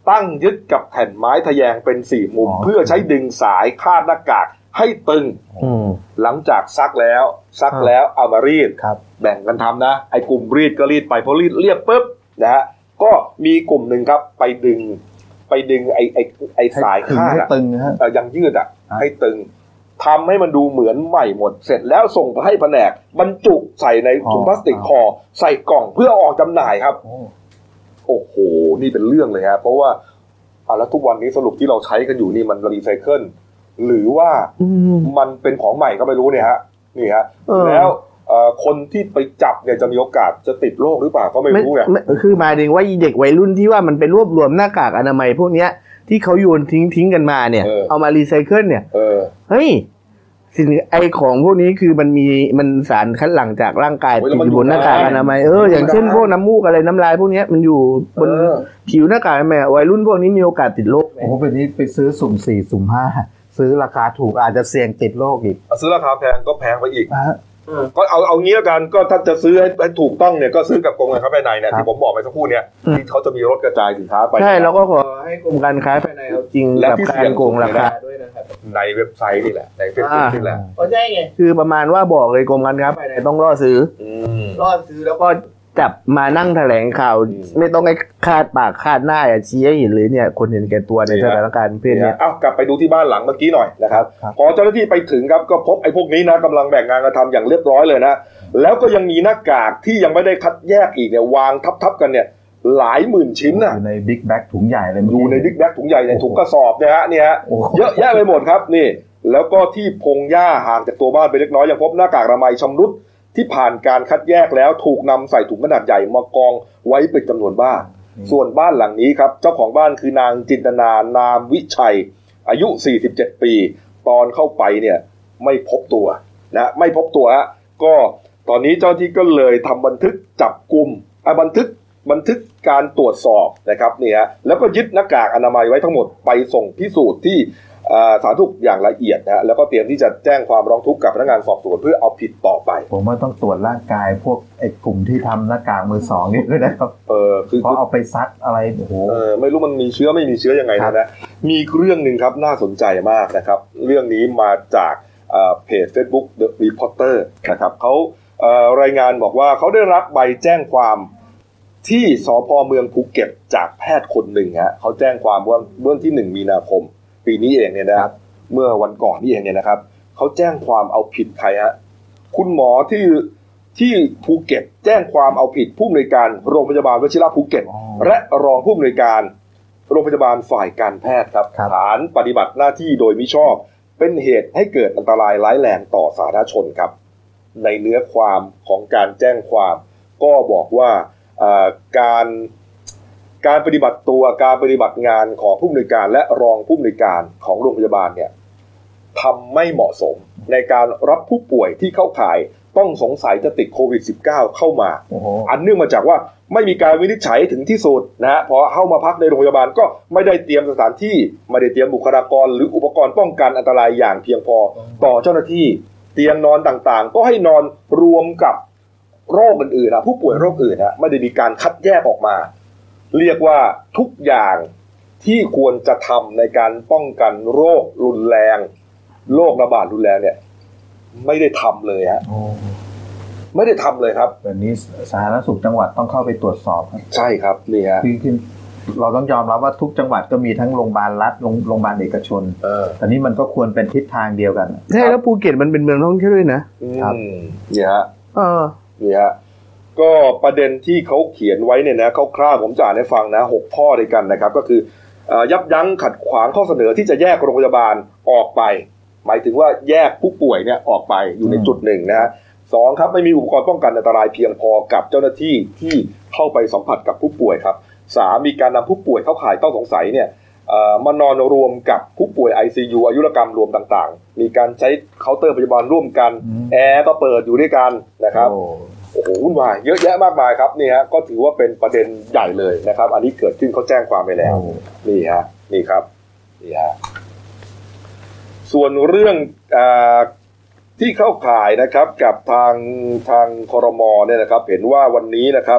ตั้งยึดกับแผ่นไม้ทะแยงเป็นสี่มุมเพื่อใช้ดึงสายคาดหน้ากากให้ตึงหลังจากซักแล้วซักแล้วเอามารีดแบ่งกันทำนะไอ้กลุ่มรีดก็รีดไปพอรีดเรียบปุ๊บนะฮะก็มีกลุ่มหนึ่งครับไปดึงไปดึงไอ้ไอ้ไอ้สายคาดอะยังยืดอ่ะให้ตึงทำให้มันดูเหมือนใหม่หมดเสร็จแล้วส่งไปให้แผนกบรรจุใส่ในถุงพลาสติกห่อใส่กล่องเพื่อออกจำหน่ายครับโอ้โหนี่เป็นเรื่องเลยฮะเพราะว่าอ่ะแล้วทุกวันนี้สรุปที่เราใช้กันอยู่นี่มันรีไซเคิลหรือว่ามันเป็นของใหม่ก็ไม่รู้เนี่ยฮะนี่ฮะแล้วคนที่ไปจับเนี่ยจะมีโอกาสจะติดโรคหรือเปล่าก็ไม่รู้ไงคือหมายถึงว่าเด็กวัยรุ่นที่ว่ามันไปรวบรวมหน้ากากอนามัยพวกเนี้ยที่เขาโยนทิ้งทิ้งกันมาเนี่ย เออ เอามารีไซเคิลเนี่ยเฮ้ยสิ่งไอของพวกนี้คือมันมีมันสารคัดหลั่งจากร่างกายติดอยู่บนหน้ากากอนามัยเอออย่างเช่นพวกน้ำมูกอะไรน้ำลายพวกนี้มันอยู่บนผิวหน้ากากอนามัยวัยรุ่นพวกนี้มีโอกาสติดโรคโอ้โหแบบนี้ไปซื้อสุ่มสี่สุ่มห้าซื้อราคาถูกอาจจะเสี่ยงติดโรคอีกซื้อราคาแพงก็แพงไปอีกก็เอาเอางี้แล้วกันก็ถ้าจะซื้อให้ให้ถูกต้องเนี่ยก็ซื้อกับกรมการค้าภายในเนี่ยที่ผมบอกไปสักครู่เนี่ยที่เขาจะมีรถกระจายสินค้าไปใช่แล้วก็ขอให้กรมการค้าภายในเอาจริงกับการโกงราคาด้วยนะครับในเว็บไซต์นี่แหละในเฟซบุ๊กนี่แหละก็ใช่ไงคือประมาณว่าบอกเลยกรมการค้าภายในต้องล่อซื้อล่อซื้อแล้วก็จับมานั่งแถลงข่าวไม่ต้องให้คาดปากคาดหน้าอ่ะชี้ให้เห็นเลยเนี่ยคนเห็นแก่ตัวในสถานการณ์เพศนี้อ้าวกลับไปดูที่บ้านหลังเมื่อกี้หน่อยนะครับพอเจ้าหน้าที่ไปถึงครับก็พบไอ้พวกนี้นะกำลังแบ่งงานกันทำอย่างเรียบร้อยเลยนะแล้วก็ยังมีหน้ากากที่ยังไม่ได้คัดแยกอีกเนี่ยวางทับๆกันเนี่ยหลายหมื่นชิ้นน่ะอยู่ในบิ๊กแบ็คถุงใหญ่เลยอยู่ในบิ๊กแบ็คถุงใหญ่ในถุงกระสอบเนี่ยฮะเนี่ยฮะเยอะแยะไปหมดครับนี่แล้วก็ที่พงหญ้าห่างจากตัวบ้านไปเล็กน้อยยังพบหน้ากากอนามัยชำรุดที่ผ่านการคัดแยกแล้วถูกนำใส่ถุงขนาดใหญ่มากองไว้เป็นจำนวนมากส่วนบ้านหลังนี้ครับเจ้าของบ้านคือนางจินตนานามวิชัยอายุสี่สิบเจ็ดปีตอนเข้าไปเนี่ยไม่พบตัวนะไม่พบตัวฮะก็ตอนนี้เจ้าที่ก็เลยทำบันทึกจับกุมบันทึกบันทึกการตรวจสอบนะครับเนี่ยแล้วก็ยึดหน้ากากอนามัยไว้ทั้งหมดไปส่งพิสูจน์ที่สาธารณสุขอย่างละเอียดนะแล้วก็เตรียมที่จะแจ้งความร้องทุกข์กับพนักงานสอบสวนเพื่อเอาผิดต่อไปผมว่าต้องตรวจร่างกายพวกไอ้กลุ่มที่ทำหน้ากากมือสองนี่ด้วยนะครับเออคือเพราะเอาไปซักอะไรโอ้โหเออไม่รู้มันมีเชื้อไม่มีเชื้อยังไงนะนะมีเรื่องนึงครับน่าสนใจมากนะครับเรื่องนี้มาจากเพจ Facebook The Reporter นะครับเขารายงานบอกว่าเขาได้รับใบแจ้งความที่สภ.เมืองภูเก็ตจากแพทย์คนหนึ่งฮะเขาแจ้งความว่าเมื่อที่หนึ่งมีนาคมปีนี้เองเนี่ยนะครับเมื่อวันก่อนนี่เองเนี่ยนะครับเขาแจ้งความเอาผิดใครฮะคุณหมอที่ที่ภูเก็ตแจ้งความเอาผิดผู้อำนวยการโรงพยาบาลวชิระภูเก็ตและรองผู้อำนวยการโรงพยาบาลฝ่ายการแพทย์ครับฐานปฏิบัติหน้าที่โดยมิชอบเป็นเหตุให้เกิดอันตรายร้ายแรงต่อสาธารณชนครับในเนื้อความของการแจ้งความก็บอกว่าการการปฏิบัติตัวการปฏิบัติงานของผู้อำนวยการและรองผู้อำนวยการของโรงพยาบาลเนี่ยทำไม่เหมาะสมในการรับผู้ป่วยที่เข้าข่ายต้องสงสัยจะติดโควิด สิบเก้า เข้ามา อันเนื่องมาจากว่าไม่มีการวินิจฉัยถึงที่สุดนะฮะพอเข้ามาพักในโรงพยาบาลก็ไม่ได้เตรียมสถานที่ไม่ได้เตรียมบุคลากรหรืออุปกรณ์ป้องกันอันตรายอย่างเพียงพอต่อเจ้าหน้าที่เตียงนอนต่างๆก็ให้นอนรวมกับโรคอื่นๆนะผู้ป่วยโรคอื่นนะไม่ได้มีการคัดแยกออกมาเรียกว่าทุกอย่างที่ควรจะทำในการป้องกันโรครุนแรงโรคระบาดรุนแรงเนี่ยไม่ได้ทำเลยฮะไม่ได้ทำเลยครับแบบนี้สาธารณสุขจังหวัดต้องเข้าไปตรวจสอบครับใช่ครับนี่ฮะคือเราต้องยอมรับว่าทุกจังหวัดก็มีทั้งโรงพยาบาลรัฐโรงพยาบาลเอกชนเออแต่นี้มันก็ควรเป็นทิศทางเดียวกันใช่แล้วภูเก็ตมันเป็นเมืองท่องเที่ยวด้วยนะครับเนี่ยฮะเออนี่ฮะก็ประเด็นที่เขาเขียนไว้เนี่ยนะคร่าวๆผมจะอ่านให้ฟังนะหกข้อด้วยกันนะครับก็คือยับยั้งขัดขวางข้อเสนอที่จะแยกโรงพยาบาลออกไปหมายถึงว่าแยกผู้ป่วยเนี่ยออกไปอยู่ในจุดหนึ่งนะฮะสองครับไม่มีอุปกรณ์ป้องกันอันตรายเพียงพอกับเจ้าหน้าที่ที่เข้าไปสัมผัสกับผู้ป่วยครับสามมีการนำผู้ป่วยเข้าข่ายต้องสงสัยเนี่ยมานอนรวมกับผู้ป่วย ไอ ซี ยู อายุรกรรมรวมต่างๆมีการใช้เคาน์เตอร์พยาบาลร่วมกันแอร์ก็เปิดอยู่ด้วยกันนะครับโอ้โหวุ่นวายเยอะแยะมากมายครับนี่ฮะก็ถือว่าเป็นประเด็นใหญ่เลยนะครับอันนี้เกิดขึ้นเขาแจ้งความไปแล้วนี่ฮะนี่ครับนี่ฮะส่วนเรื่องที่เข้าข่ายนะครับกับทางทางครม.เนี่ยนะครับเห็นว่าวันนี้นะครับ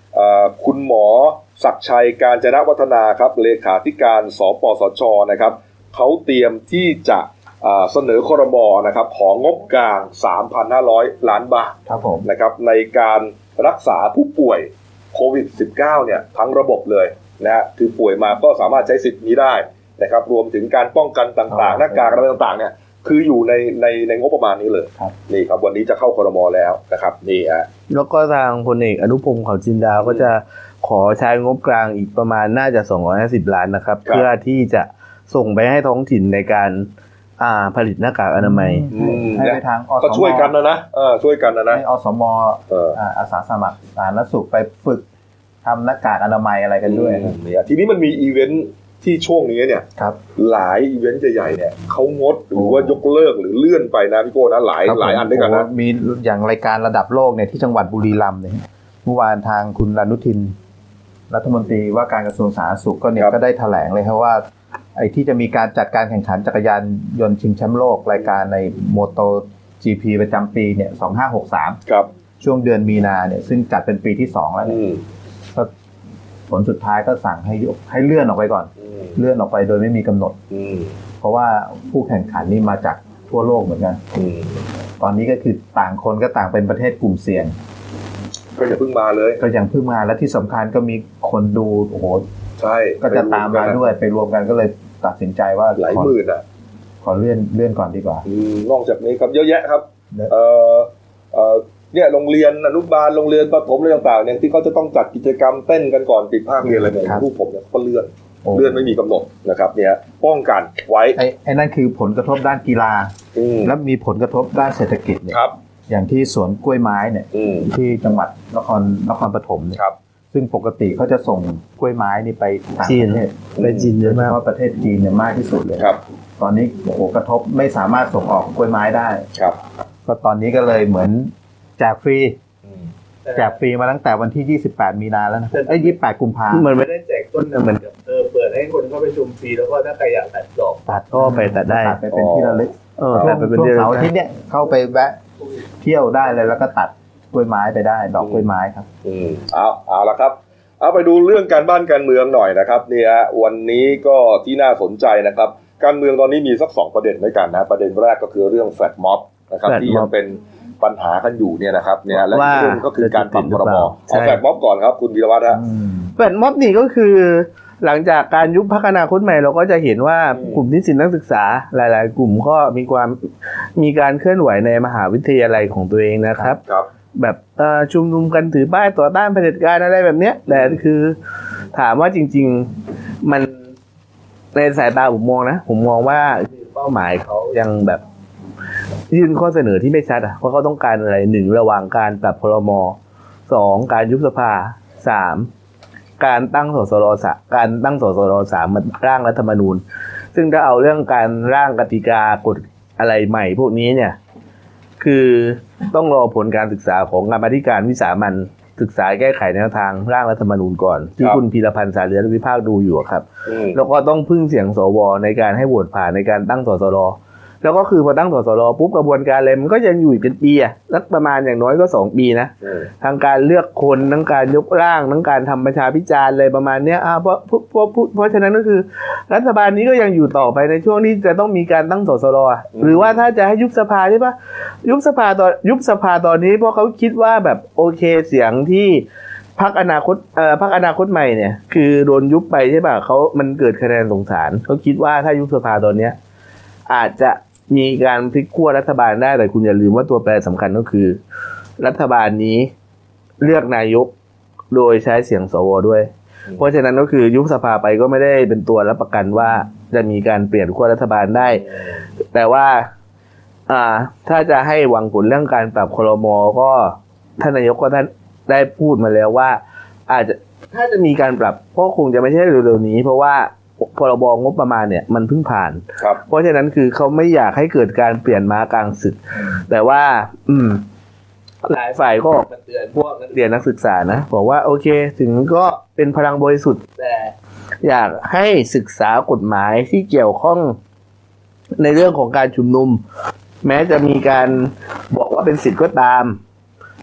คุณหมอศักดิ์ชัยกาญจนวัฒนาครับเลขาธิการสปสชนะครับเขาเตรียมที่จะเสนอครม.นะครับของงบกลาง สามพันห้าร้อย ล้านบาทครับผมนะครับในการรักษาผู้ป่วยโควิด สิบเก้า เนี่ยทั้งระบบเลยนะฮะคือป่วยมาก็สามารถใช้สิทธิ์นี้ได้นะครับรวมถึงการป้องกันต่างๆหน้ากากอะไรต่างๆเนี่ยคืออยู่ในในในงบประมาณนี้เลยนี่ครับวันนี้จะเข้าครม.แล้วนะครับนี่ฮะแล้วก็ทางพลเอกอนุพงศ์เขาจินดาก็จะขอใช้งบกลางอีกประมาณน่าจะสองร้อยห้าสิบล้านนะครับเพื่อที่จะส่งไปให้ท้องถิ่นในการอ่าผลิตหน้ากากอนามัยให้ไปทางอสมก็ช่วยกันนะนะเออช่วยกันนะนะให้อสมอาสาสมัครสาธารณสุขไปฝึกทำหน้ากากอนามัยอะไรกันด้วยเนี่ยทีนี้มันมีอีเวนท์ที่ช่วงนี้เนี่ยหลายอีเวนต์ใหญ่ๆเนี่ยเขางดหรือว่ายกเลิกหรือเลื่อนไปนะพี่โก้นะหลายหลายอันด้วยกันนะมีอย่างรายการระดับโลกเนี่ยที่จังหวัดบุรีรัมย์เนี่ยเมื่อวานทางคุณอนุทินรัฐมนตรีว่าการกระทรวงสาธารณสุขก็เนี่ยก็ได้แถลงเลยครับว่าไอ้ที่จะมีการจัดการแข่งขันจักรยานยนต์ชิงแชมป์โลกรายการในโมโต จี พี ประจำปีเนี่ยสองพันห้าร้อยหกสิบสามครับช่วงเดือนมีนาเนี่ยซึ่งจัดเป็นปีที่สองแล้วเนี่ยก็ผลสุดท้ายก็สั่งให้ให้เลื่อนออกไปก่อนเลื่อนออกไปโดยไม่มีกำหนดเพราะว่าผู้แข่งขันนี่มาจากทั่วโลกเหมือนกันตอนนี้ก็คือต่างคนก็ต่างเป็นประเทศกลุ่มเสี่ยงก็ยังเพิ่งมาเลยก็ยังเพิ่งมาและที่สำคัญก็มีคนดูโอ้โหใช่ก็จะตามมาด้วยไปรวมกันก็เลยตัดสินใจว่าหลายหมื่นอ่ะขอเลื่อนเลื่อนก่อนดีกว่าอืมนอกจากนี้ครับเยอะแยะครับเอ่อเอ่อเนี่ยโรงเรียนอนุบาลโรงเรียนประถมอะไรต่างๆเนี่ยที่เขาจะต้องจัดกิจกรรมเต้นกันก่อนปิดภาคเรียนอะไรเนี่ยผู้ผมเนี่ยก็เลื่อนเลื่อนไม่มีกำหนดนะครับเนี่ยป้องกันไว้ไอ้ไอ้นั่นคือผลกระทบด้านกีฬาแล้วมีผลกระทบด้านเศรษฐกิจเนี่ยอย่างที่สวนกล้วยไม้เนี่ยที่จังหวัดนครนครปฐมเนี่ยซึ่งปกติเขาจะส่งกล้วยไม้นี่ไปจีนไปจีนเยอะมากเพราะประเทศจีนเนี่ยมากที่สุดเลยตอนนี้โอ้โหกระทบไม่สามารถส่งออกกล้วยไม้ได้ก็ตอนนี้ก็เลยเหมือนแจกฟรีแจกฟรีมาตั้งแต่วันที่ยี่สิบแปดมีนาแล้วนะเอ้ยยี่สิบแปดกุมภาพันธ์เหมือนไม่ได้แจกต้นนะเหมือนกับเออเปิดให้คนเข้าไปชมฟรีแล้วก็ถ้าใครอยากตัดดอกตัดก็ไปตัดได้ตัดไปเป็นที่ระลึกเออตัดไปเป็นที่ระลึกช่วงเสาร์อาทิตย์เนี่ยเข้าไปแวะเที่ยวได้เลยแล้วก็ตัดกล้วยไม้ไปได้ดอกกล้วยไม้ครับอืมเอาเอาละครับเอาไปดูเรื่องการบ้านการเมืองหน่อยนะครับเนี่ยวันนี้ก็ที่น่าสนใจนะครับการเมืองตอนนี้มีสักสองประเด็นด้วยกันนะประเด็นแรกก็คือเรื่องแฟลตม็อบนะครับที่ยังเป็นปัญหากันอยู่เนี่ยนะครับเนี่ยและอีกเรื่องก็คือการปรับครม.เอาแฟลตม็อบก่อนครับคุณวีรวัฒน์ฮะแฟลตม็อบนี่ก็คือหลังจากการยุบพรรคอนาคตใหม่เราก็จะเห็นว่ากลุ่มนิสิตนักศึกษาหลายๆกลุ่มก็มีความมีการเคลื่อนไหวในมหาวิทยาลัยของตัวเองนะครับแบบชุมนุมกันถือป้ายต่อต้านเผด็จการอะไรแบบเนี้ยแต่คือถามว่าจริงๆมันในสายตาผมมองนะผมมองว่าเป้าหมายเขายังแบบยื่นข้อเสนอที่ไม่ชัดอ่ะเพราะเขาต้องการอะไรหนึ่งระหว่างการปรับครม.สองการยุบสภาสามการตั้งสสรสามการตั้งสสรสามมาร่างรัฐธรรมนูญซึ่งถ้าเอาเรื่องการร่างกติกากฎอะไรใหม่พวกนี้เนี่ยคือต้องรอผลการศึกษาของกรรมาธิการวิสามัญศึกษาแก้ไขแนวทางร่างรัฐธรรมนูญก่อนที่คุณพีรพันธ์สารีรัฐวิภาคดูอยู่ครับแล้วก็ต้องพึ่งเสียงสวในการให้โหวตผ่านในการตั้งสสรแล้วก็คือพอตั้งสสรปุ๊บกระบวนการอะไรมันก็ยังอยู่อีกเป็นปีอ่ะสักประมาณอย่างน้อยก็สองปีนะทางการเลือกคนทั้งการยกร่างทั้งการทำประชาพิจารณ์อะไรประมาณเนี้ยอ่าเพราะเพราะเพราะฉะนั้นก็คือรัฐบาลนี้ก็ยังอยู่ต่อไปในช่วงที่จะต้องมีการตั้งสสรหรือว่าถ้าจะให้ยุบสภาใช่ปะยุบสภาตอนยุบสภาตอนนี้เพราะเขาคิดว่าแบบโอเคเสียงที่พรรคอนาคตเอ่อพรรคอนาคตใหม่เนี่ยคือโดนยุบไปใช่ป่ะเขามันเกิดคะแนนสงสารเขาคิดว่าถ้ายุบสภาตอนเนี้ยอาจจะมีการพลิกขั้วรัฐบาลได้แต่คุณอย่าลืมว่าตัวแปรสำคัญก็คือรัฐบาลนี้เลือกนายกโดยใช้เสียงสวด้วยเพราะฉะนั้นก็คือยุบสภาไปก็ไม่ได้เป็นตัวรับประกันว่าจะมีการเปลี่ยนขั้วรัฐบาลได้แต่ว่าอ่าถ้าจะให้หวังผลเรื่องการปรับครม.ก็ท่านนายกก็ท่านได้พูดมาแล้วว่าอาจจะถ้าจะมีการปรับก็คงจะไม่ใช่เร็วๆนี้เพราะว่าพรบงบประมาณเนี่ยมันเพิ่งผ่านเพราะฉะนั้นคือเขาไม่อยากให้เกิดการเปลี่ยนม้ากลางศึกแต่ว่าอืมหลายฝ่ายก็ออกมาเตือนพวกนักเรียนนักศึกษานะบอกว่าโอเคถึงก็เป็นพลังบริสุทธิ์แต่อยากให้ศึกษากฎหมายที่เกี่ยวข้องในเรื่องของการชุมนุมแม้จะมีการบอกว่าเป็นสิทธิ์ก็ตาม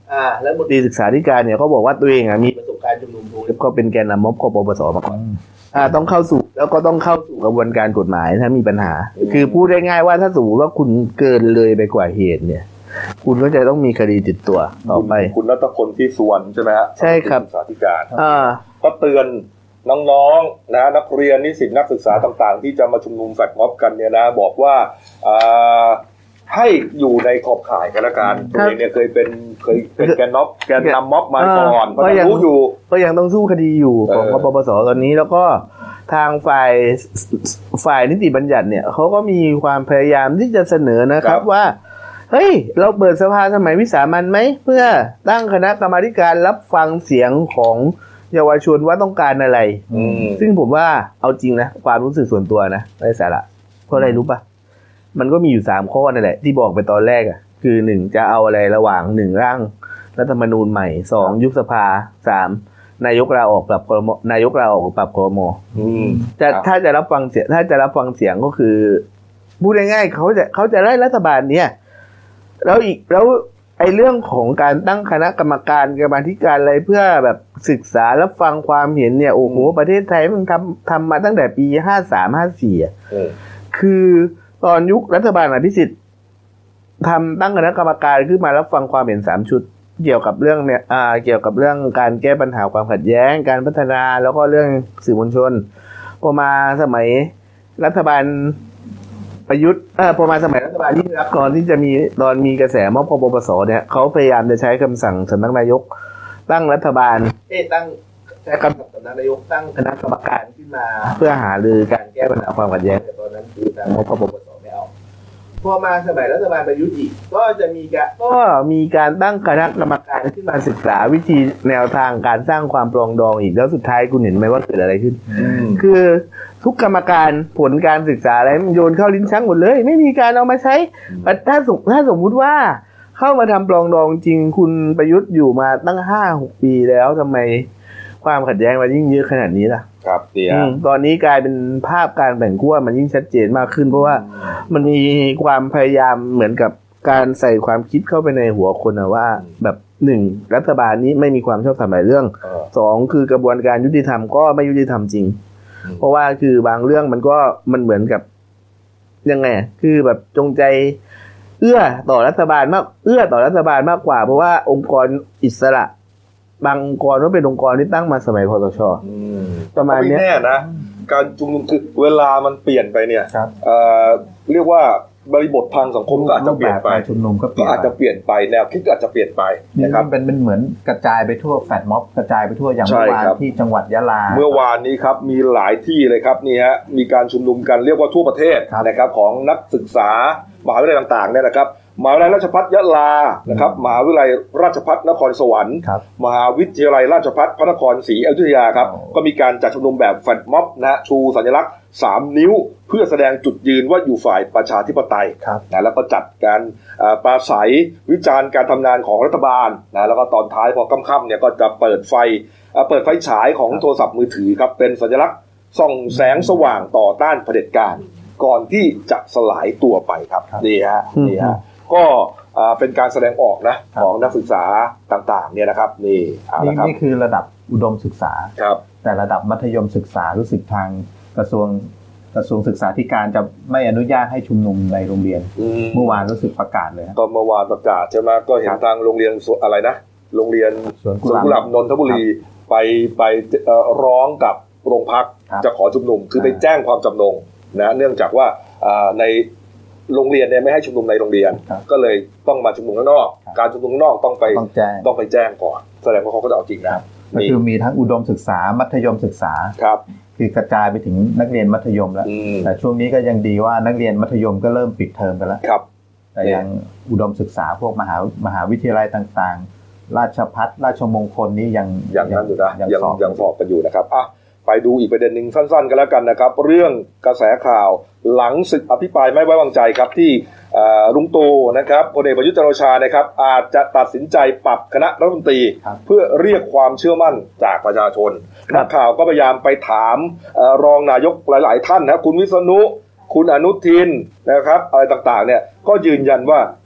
อ่าแล้วบดีศึกษาธิการเนี่ยเขาบอกว่าตัวเองอ่ะมีประสบการณ์ชุมนุมแล้วก็เป็นแกนนำม็อบกปปสมาก่อนอ่าต้องเข้าสู่แล้วก็ต้องเข้าสู่กระบวนการกฎหมายถ้ามีปัญหาคือพูดได้ง่ายว่าถ้าสมมติว่าคุณเกินเลยไปกว่าเหตุเนี่ยคุณก็จะต้องมีคดีติดตัวต่อไปคุณรัตพลที่สุวรรณใช่ไหมฮะใช่ครับศึกษาธิการอ่าก็เตือนน้องๆนะนักเรียนนิสิตนักศึกษาต่างๆที่จะมาชุมนุมแฟลชม็อบกันเนี่ยนะบอกว่าอ่าให้อยู่ในขอบข่ายกันละกันตัวเองเนี่ยเคยเป็นเคยเป็นแกนน็อปแกนนำม็อบมาก่อนก็ยังรู้อยู่ก็ยังต้องสู้คดีอยู่ของกปปสตอนนี้แล้วก็ทางฝ่ายฝ่ายนิติบัญญัติเนี่ยเขาก็มีความพยายามที่จะเสนอนะครับว่าเฮ้ยเราเปิดสภาสมัยวิสามัญไหมเพื่อตั้งคณะกรรมาธิการรับฟังเสียงของเยาวชนว่าต้องการอะไรซึ่งผมว่าเอาจริงนะความรู้สึกส่วนตัวนะไร้สาระเพราะอะไรรู้ป่ะมันก็มีอยู่สามข้อนั่นแหละที่บอกไปตอนแรกอ่ะคือหนึ่งจะเอาอะไรระหว่างหนึ่งร่างรัฐธรรมนูญใหม่สองยุบสภาสามนายกลาออกปรับครม.นายกลาออกปรับครม.จะถ้าจะรับฟังเสียงถ้าจะรับฟังเสียงก็คือพูดง่ายๆเขาจะเขาจะได้รัฐบาลเนี่ยแล้วอีกแล้วไอ้เรื่องของการตั้งคณะกรรมการกรรมาธิการอะไรเพื่อแบบศึกษารับฟังความเห็นเนี่ยโอ้โหประเทศไทยมันทำทำมาตั้งแต่ปีห้าสาม ห้าสี่อ่ะคือตอนยุครัฐบาลอภิสิทธิ์ทำตั้งคณะกรรมการขึ้นมารับฟังความเห็นสามชุดเกี่ยวกับเรื่องเนี่ยอ่าเกี่ยวกับเรื่องการแก้ปัญหาความขัดแย้งการพัฒนาแล้วก็เรื่องสื่อมวลชนพอมาสมัยรัฐบาลประยุทธ์เออพอมาสมัยรัฐบาลยิ่งรักษณ์ก่อนที่จะมีตอนมีกระแสม็อบกปปสเนี่ยเขาพยายามจะใช้คำสั่งสำนักนายกตั้งรัฐบาลเอ้ตั้งใช้คำสั่งสำนักนายกตั้งคณะกรรมการขึ้นมาเพื่อหารือการแก้ปัญหาความขัดแย้งแต่ตอนนั้นคือทางม็อบกปปสไม่เอาพอมาสมัยรัฐบาลประยุทธ์อีกก็จะมีการก็มีการตั้งคณะกรรมการขึ้นมาศึกษาวิธีแนวทางการสร้างความปรองดองอีกแล้วสุดท้ายคุณเห็นไหมว่าเกิดอะไรขึ้นคือทุกกรรมการผลการศึกษาอะไรมันโยนเข้าลิ้นชักหมดเลยไม่มีการเอามาใช้ถ้าสมถ้าสมมุติว่าเข้ามาทำปรองดองจริงคุณประยุทธ์อยู่มาตั้ง ห้าหก ปีแล้วทำไมความขัดแย้งมันยิ่งเยอะขนาดนี้ล่ะครับดีฮะตอนนี้กลายเป็นภาพการแบ่งขั้วมันยิ่งชัดเจนมากขึ้นเพราะว่ามันมีความพยายามเหมือนกับการใส่ความคิดเข้าไปในหัวคนนะว่าแบบหนึ่งรัฐบาลนี้ไม่มีความชอบธรรมหลายเรื่องสองคือกระบวนการยุติธรรมก็ไม่ยุติธรรมจริงเพราะว่าคือบางเรื่องมันก็มันเหมือนกับยังไงคือแบบจงใจเอื้อต่อรัฐบาลมากเอื้อต่อรัฐบาลมากกว่าเพราะว่าองค์กรอิสระบางองค์กรก็เป็นองค์กรที่ตั้งมาสมัยคสช.ประมาณนี้ไม่แน่นะการชุมนุมคือเวลามันเปลี่ยนไปเนี่ยเอ่อเรียกว่าบริบททางสังคมก็อาจจะเปลี่ยนไปชุมนุมก็อาจจะเปลี่ยนไปแนวคิดอาจจะเปลี่ยนไปนะครับเป็นเป็นเหมือนกระจายไปทั่วแฟลชม็อบกระจายไปทั่วอย่างเมื่อวานที่จังหวัดยะลาเมื่อวานนี้ครับมีหลายที่เลยครับนี่ฮะมีการชุมนุมกันเรียกว่าทั่วประเทศนะครับของนักศึกษามหาวิทยาลัยต่างๆเนี่ยนะครับมหาวิทยาลัยราชภัฏยะลานะครับมหาวิทยาลัยราชภัฏนครสวรรค์มหาวิทยาลัยราชภัฏพระนครศรีอยุธยาครับก็มีการจัดชุมนุมแบบแฟลชม็อบนะชูสัญลักษณ์สามนิ้วเพื่อแสดงจุดยืนว่าอยู่ฝ่ายประชาธิปไตยนะแล้วก็จัดการปราศัยวิจารณ์การทำงานของรัฐบาลนะแล้วก็ตอนท้ายพอค่ำๆเนี่ยก็จะเปิดไฟเปิดไฟฉายของโทรศัพท์มือถือครับเป็นสัญลักษณ์ส่องแสงสว่างต่อต้านเผด็จการก่อนที่จะสลายตัวไปครับนี่ฮะนี่ฮะก็เป็นการแสดงออกนะของนักศึกษาต่างๆเนี่ยนะครับนี่นี่นี่คือระดับอุดมศึกษาครับแต่ระดับมัธยมศึกษารู้สึกทางกระทรวงกระทรวงศึกษาธิการจะไม่อนุญาตให้ชุมนุมในโรงเรียนเมื่อวานรู้สึกประกาศเลยก็เมื่อวานประกาศใช่ไหมก็เห็นทางโรงเรียนอะไรนะโรงเรียนสวนกุหลาบนนทบุรีไปไปร้องกับโรงพักจะขอชุมนุมคือไปแจ้งความจำนงนะเนื่องจากว่าในโรงเรียนเนี่ยไม่ให้ชุมนุมในโรงเรียนก็เลยต้องมาชุมนุมข้างนอกการชุมนุมข้างนอกต้องไปต้องไปแจ้งก่อนแสดงว่าเขาก็จะเอาจริงนะก็คือมีทั้งอุดมศึกษามัธยมศึกษาครับคือกระจายไปถึงนักเรียนมัธยมแล้วแต่ช่วงนี้ก็ยังดีว่านักเรียนมัธยมก็เริ่มปิดเทอมกันแล้วครับแต่ยังอุดมศึกษาพวกมหามหาวิทยาลัยต่างๆราชภัฏราชมงคลนี้ยังยังนั่นอยู่นะยังยังสอบกันอยู่นะครับอ่ะไปดูอีกประเด็นหนึ่งสั้นๆกันแล้วกันนะครับเรื่องกระแสข่าวหลังศึกอภิปรายไม่ไว้วางใจครับที่ลุงตู่นะครับพลเอกประยุทธ์จันทร์โอชานะครับอาจจะตัดสินใจปรับคณะรัฐมนตรีเพื่อเรียกความเชื่อมั่นจากประชาชนนักข่าวก็พยายามไปถามรองนายกหลายๆท่านนะคุณวิษณุคุณอนุทินนะครับอะไรต่างๆเนี่ยก็ยืนยันว่า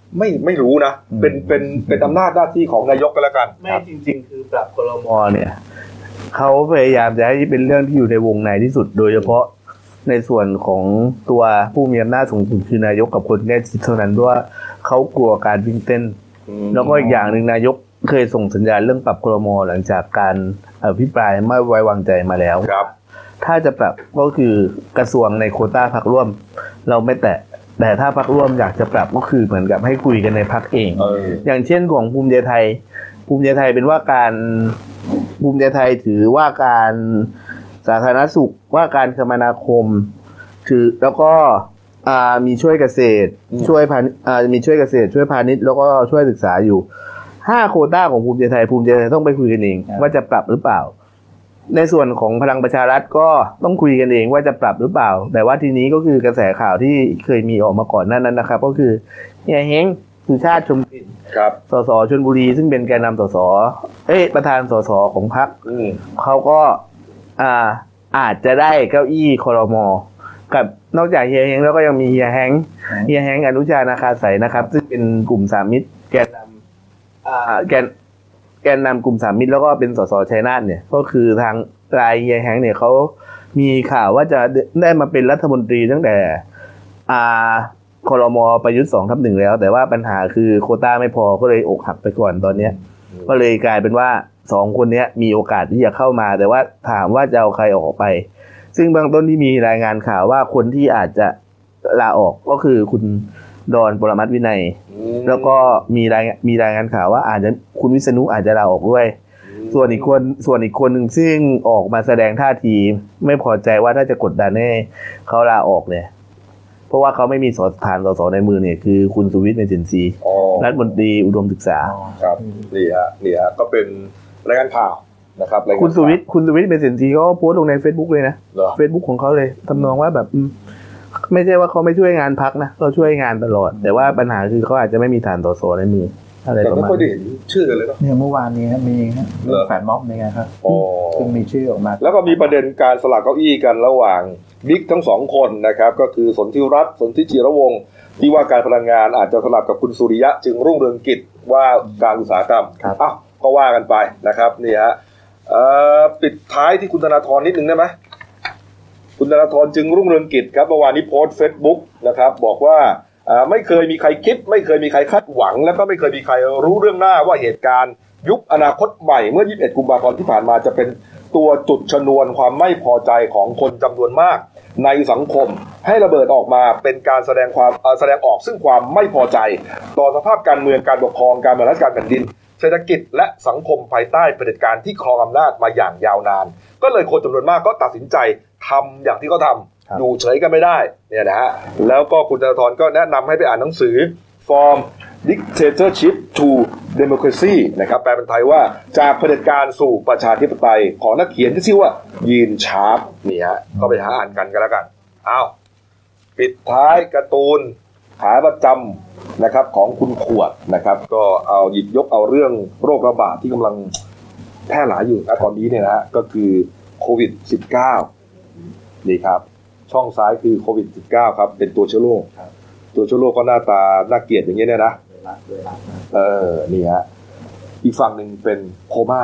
ไม่ไม่รู้นะเป็นเป็นเป็นอำนาจหน้าที่ของนายกก็แล้วกันไม่จริงๆคือปรับครม.เนี่ยเขาพยายามจะให้เป็นเรื่องที่อยู่ในวงในที่สุดโดยเฉพาะในส่วนของตัวผู้มีอำนาจสูงสุดคือนายกกับคนใกล้ชิดเท่านั้นว่าเขากลัวการวิ่งเต้นแล้วก็อีกอย่างหนึ่งนายกเคยส่งสัญญาณเรื่องปรับครม.หลังจากการอภิปรายไม่ไว้วางใจมาแล้วถ้าจะปรับก็คือกระทรวงในโควต้าพรรคร่วมเราไม่แตะแต่ถ้าพรรคร่วมอยากจะปรับก็คือเหมือนกับให้คุยกันในพรรคเองเอออย่างเช่นของภูมิใจไทยภูมิใจไทยเป็นว่าการภูมิใจไทยถือว่าการสาธารณสุขว่าการคมนาคมถือแล้วก็อ่ามีช่วยเกษตรช่วยพาอ่ามีช่วยเกษตรช่วยพาณิชย์แล้วก็ช่วยศึกษาอยู่ห้าโควต้าของภูมิใจไทยภูมิใจไทยต้องไปคุยกันเองว่าจะปรับหรือเปล่าในส่วนของพลังประชารัฐก็ต้องคุยกันเองว่าจะปรับหรือเปล่าแต่ว่าทีนี้ก็คือกระแสข่าวที่เคยมีออกมาก่อนหน้านั้นนะครับก็คือเฮียเฮ้งสุชาติชมกลิ่นครับสสชลบุรีซึ่งเป็นแกนนำสสเอ้ยประธานสสของพรรคเขาก็อ่าอาจจะได้เก้าอี้ครม.กับนอกจากเฮียเฮ้งแล้วก็ยังมีเฮียแฮงเฮียแฮงอนุชานาคาใสนะครับซึ่งเป็นกลุ่มสามมิตรแกนนำอ่าแกนแกนนำกลุ่มสามมิตรแล้วก็เป็นสสชัยนาทเนี่ยก็คือทางรายเฮียแฮงเนี่ยเขามีข่าวว่าจะได้มาเป็นรัฐมนตรีตั้งแต่อ่าครม.ประยุทธ์ สองทับหนึ่ง แล้วแต่ว่าปัญหาคือโควต้าไม่พอก็เลยอกหักไปก่อนตอนนี้ก็เลยกลายเป็นว่าสองคนนี้มีโอกาสที่จะเข้ามาแต่ว่าถามว่าจะเอาใครออกไปซึ่งเบื้องต้นที่มีรายงานข่าวว่าคนที่อาจจะลาออกก็คือคุณดอนปรมัตถ์วินัยแล้วก็มีรายมีรายงานข่าวว่าอาจจะคุณวิษณุอาจจะลาออกด้วยส่วนอีกคนส่วนอีกคนหนึ่งซึ่งออกมาแสดงท่าทีไม่พอใจว่าถ้าจะกดดันให้เขาลาออกเนี่ยเพราะว่าเขาไม่มีสถานสสในมือเนี่ยคือคุณสุวิทย์เมสินทรีย์รัฐมนตรีอุดมศึกษาครับนี่ฮะนี่ฮะก็เป็นรายงานข่าวนะครับคุณสุวิทย์คุณสุวิทย์เมสินทรีย์เขาโพสต์ลงใน Facebook เลยนะ Facebook ของเขาเลยทำนองว่าแบบไม่ใช่ว่าเขาไม่ช่วยงานพรรคนะเขาช่วยงานตลอดแต่ว่าปัญหาคือเขาอาจจะไม่มีฐานสสในมืออะไรประมาณแต่ไม่ค่อยได้เห็นชื่อเลยเนาะเนี่ยเมื่อวานนี้มีเรื่องแฟนม็อบนี่ไงครับซึ่งมีชื่อออกมาแล้วก็มีประเด็นการสลับเก้าอี้กันระหว่างบิ๊กทั้งสองคนนะครับก็คือสนธิรัตน์สนธิจิรวงศ์ที่ว่าการพลังงานอาจจะสลับกับคุณสุริยะจึงรุ่งเรืองกิจว่าการอุตสาหกรรมอ้าวก็ว่ากันไปนะครับนี่ฮะปิดท้ายที่คุณธนาธรนิดนึงได้ไหมคุณธนาธรจึงรุ่งเรืองกิจครับเมื่อวานนี้โพสต์ Facebook นะครับบอกว่าไม่เคยมีใครคิดไม่เคยมีใครคาดหวังแล้วก็ไม่เคยมีใครรู้เรื่องหน้าว่าเหตุการณ์ยุบอนาคตใหม่เมื่อยี่สิบเอ็ดกุมภาพันธ์ที่ผ่านมาจะเป็นตัวจุดชนวนความไม่พอใจของคนจำนวนมากในสังคมให้ระเบิดออกมาเป็นการแสดงความแสดงออกซึ่งความไม่พอใจต่อสภาพการเมืองการปกครองการบริหารการแผ่นดินเศรษฐกิจและสังคมภายใต้เผด็จการที่ครองอำนาจมาอย่างยาวนานก็เลยคนจำนวนมากก็ตัดสินใจทำอย่างที่เขาทำอยู่เฉยกันไม่ได้เนี่ยนะฮะแล้วก็คุณธนาธรก็แนะนำให้ไปอ่านหนังสือ From Dictatorship to Democracy นะครับแปลเป็นไทยว่าจากเผด็จการสู่ประชาธิปไตยของนักเขียนที่ชื่อว่ายีนชาร์ปนี่ฮะก็ไปหาอ่านกันกันแล้วกันอ้าวปิดท้ายการ์ตูนขาประจำนะครับของคุณขวดนะครับก็เอาหยิบยกเอาเรื่องโรคระบาดที่กำลังแพร่หลายอยู่ณตอนนี้เนี่ยนะฮะก็คือโควิด สิบเก้า นี่ครับช่องซ้ายคือโควิด สิบเก้า ครับเป็นตัวเชื้อโรคตัวเชื้อโรคก็หน้าตาน่าเกลียดอย่างเงี้ยเนี่ยนะเออนี่ฮะอีกฝั่งหนึ่งเป็นโคม่า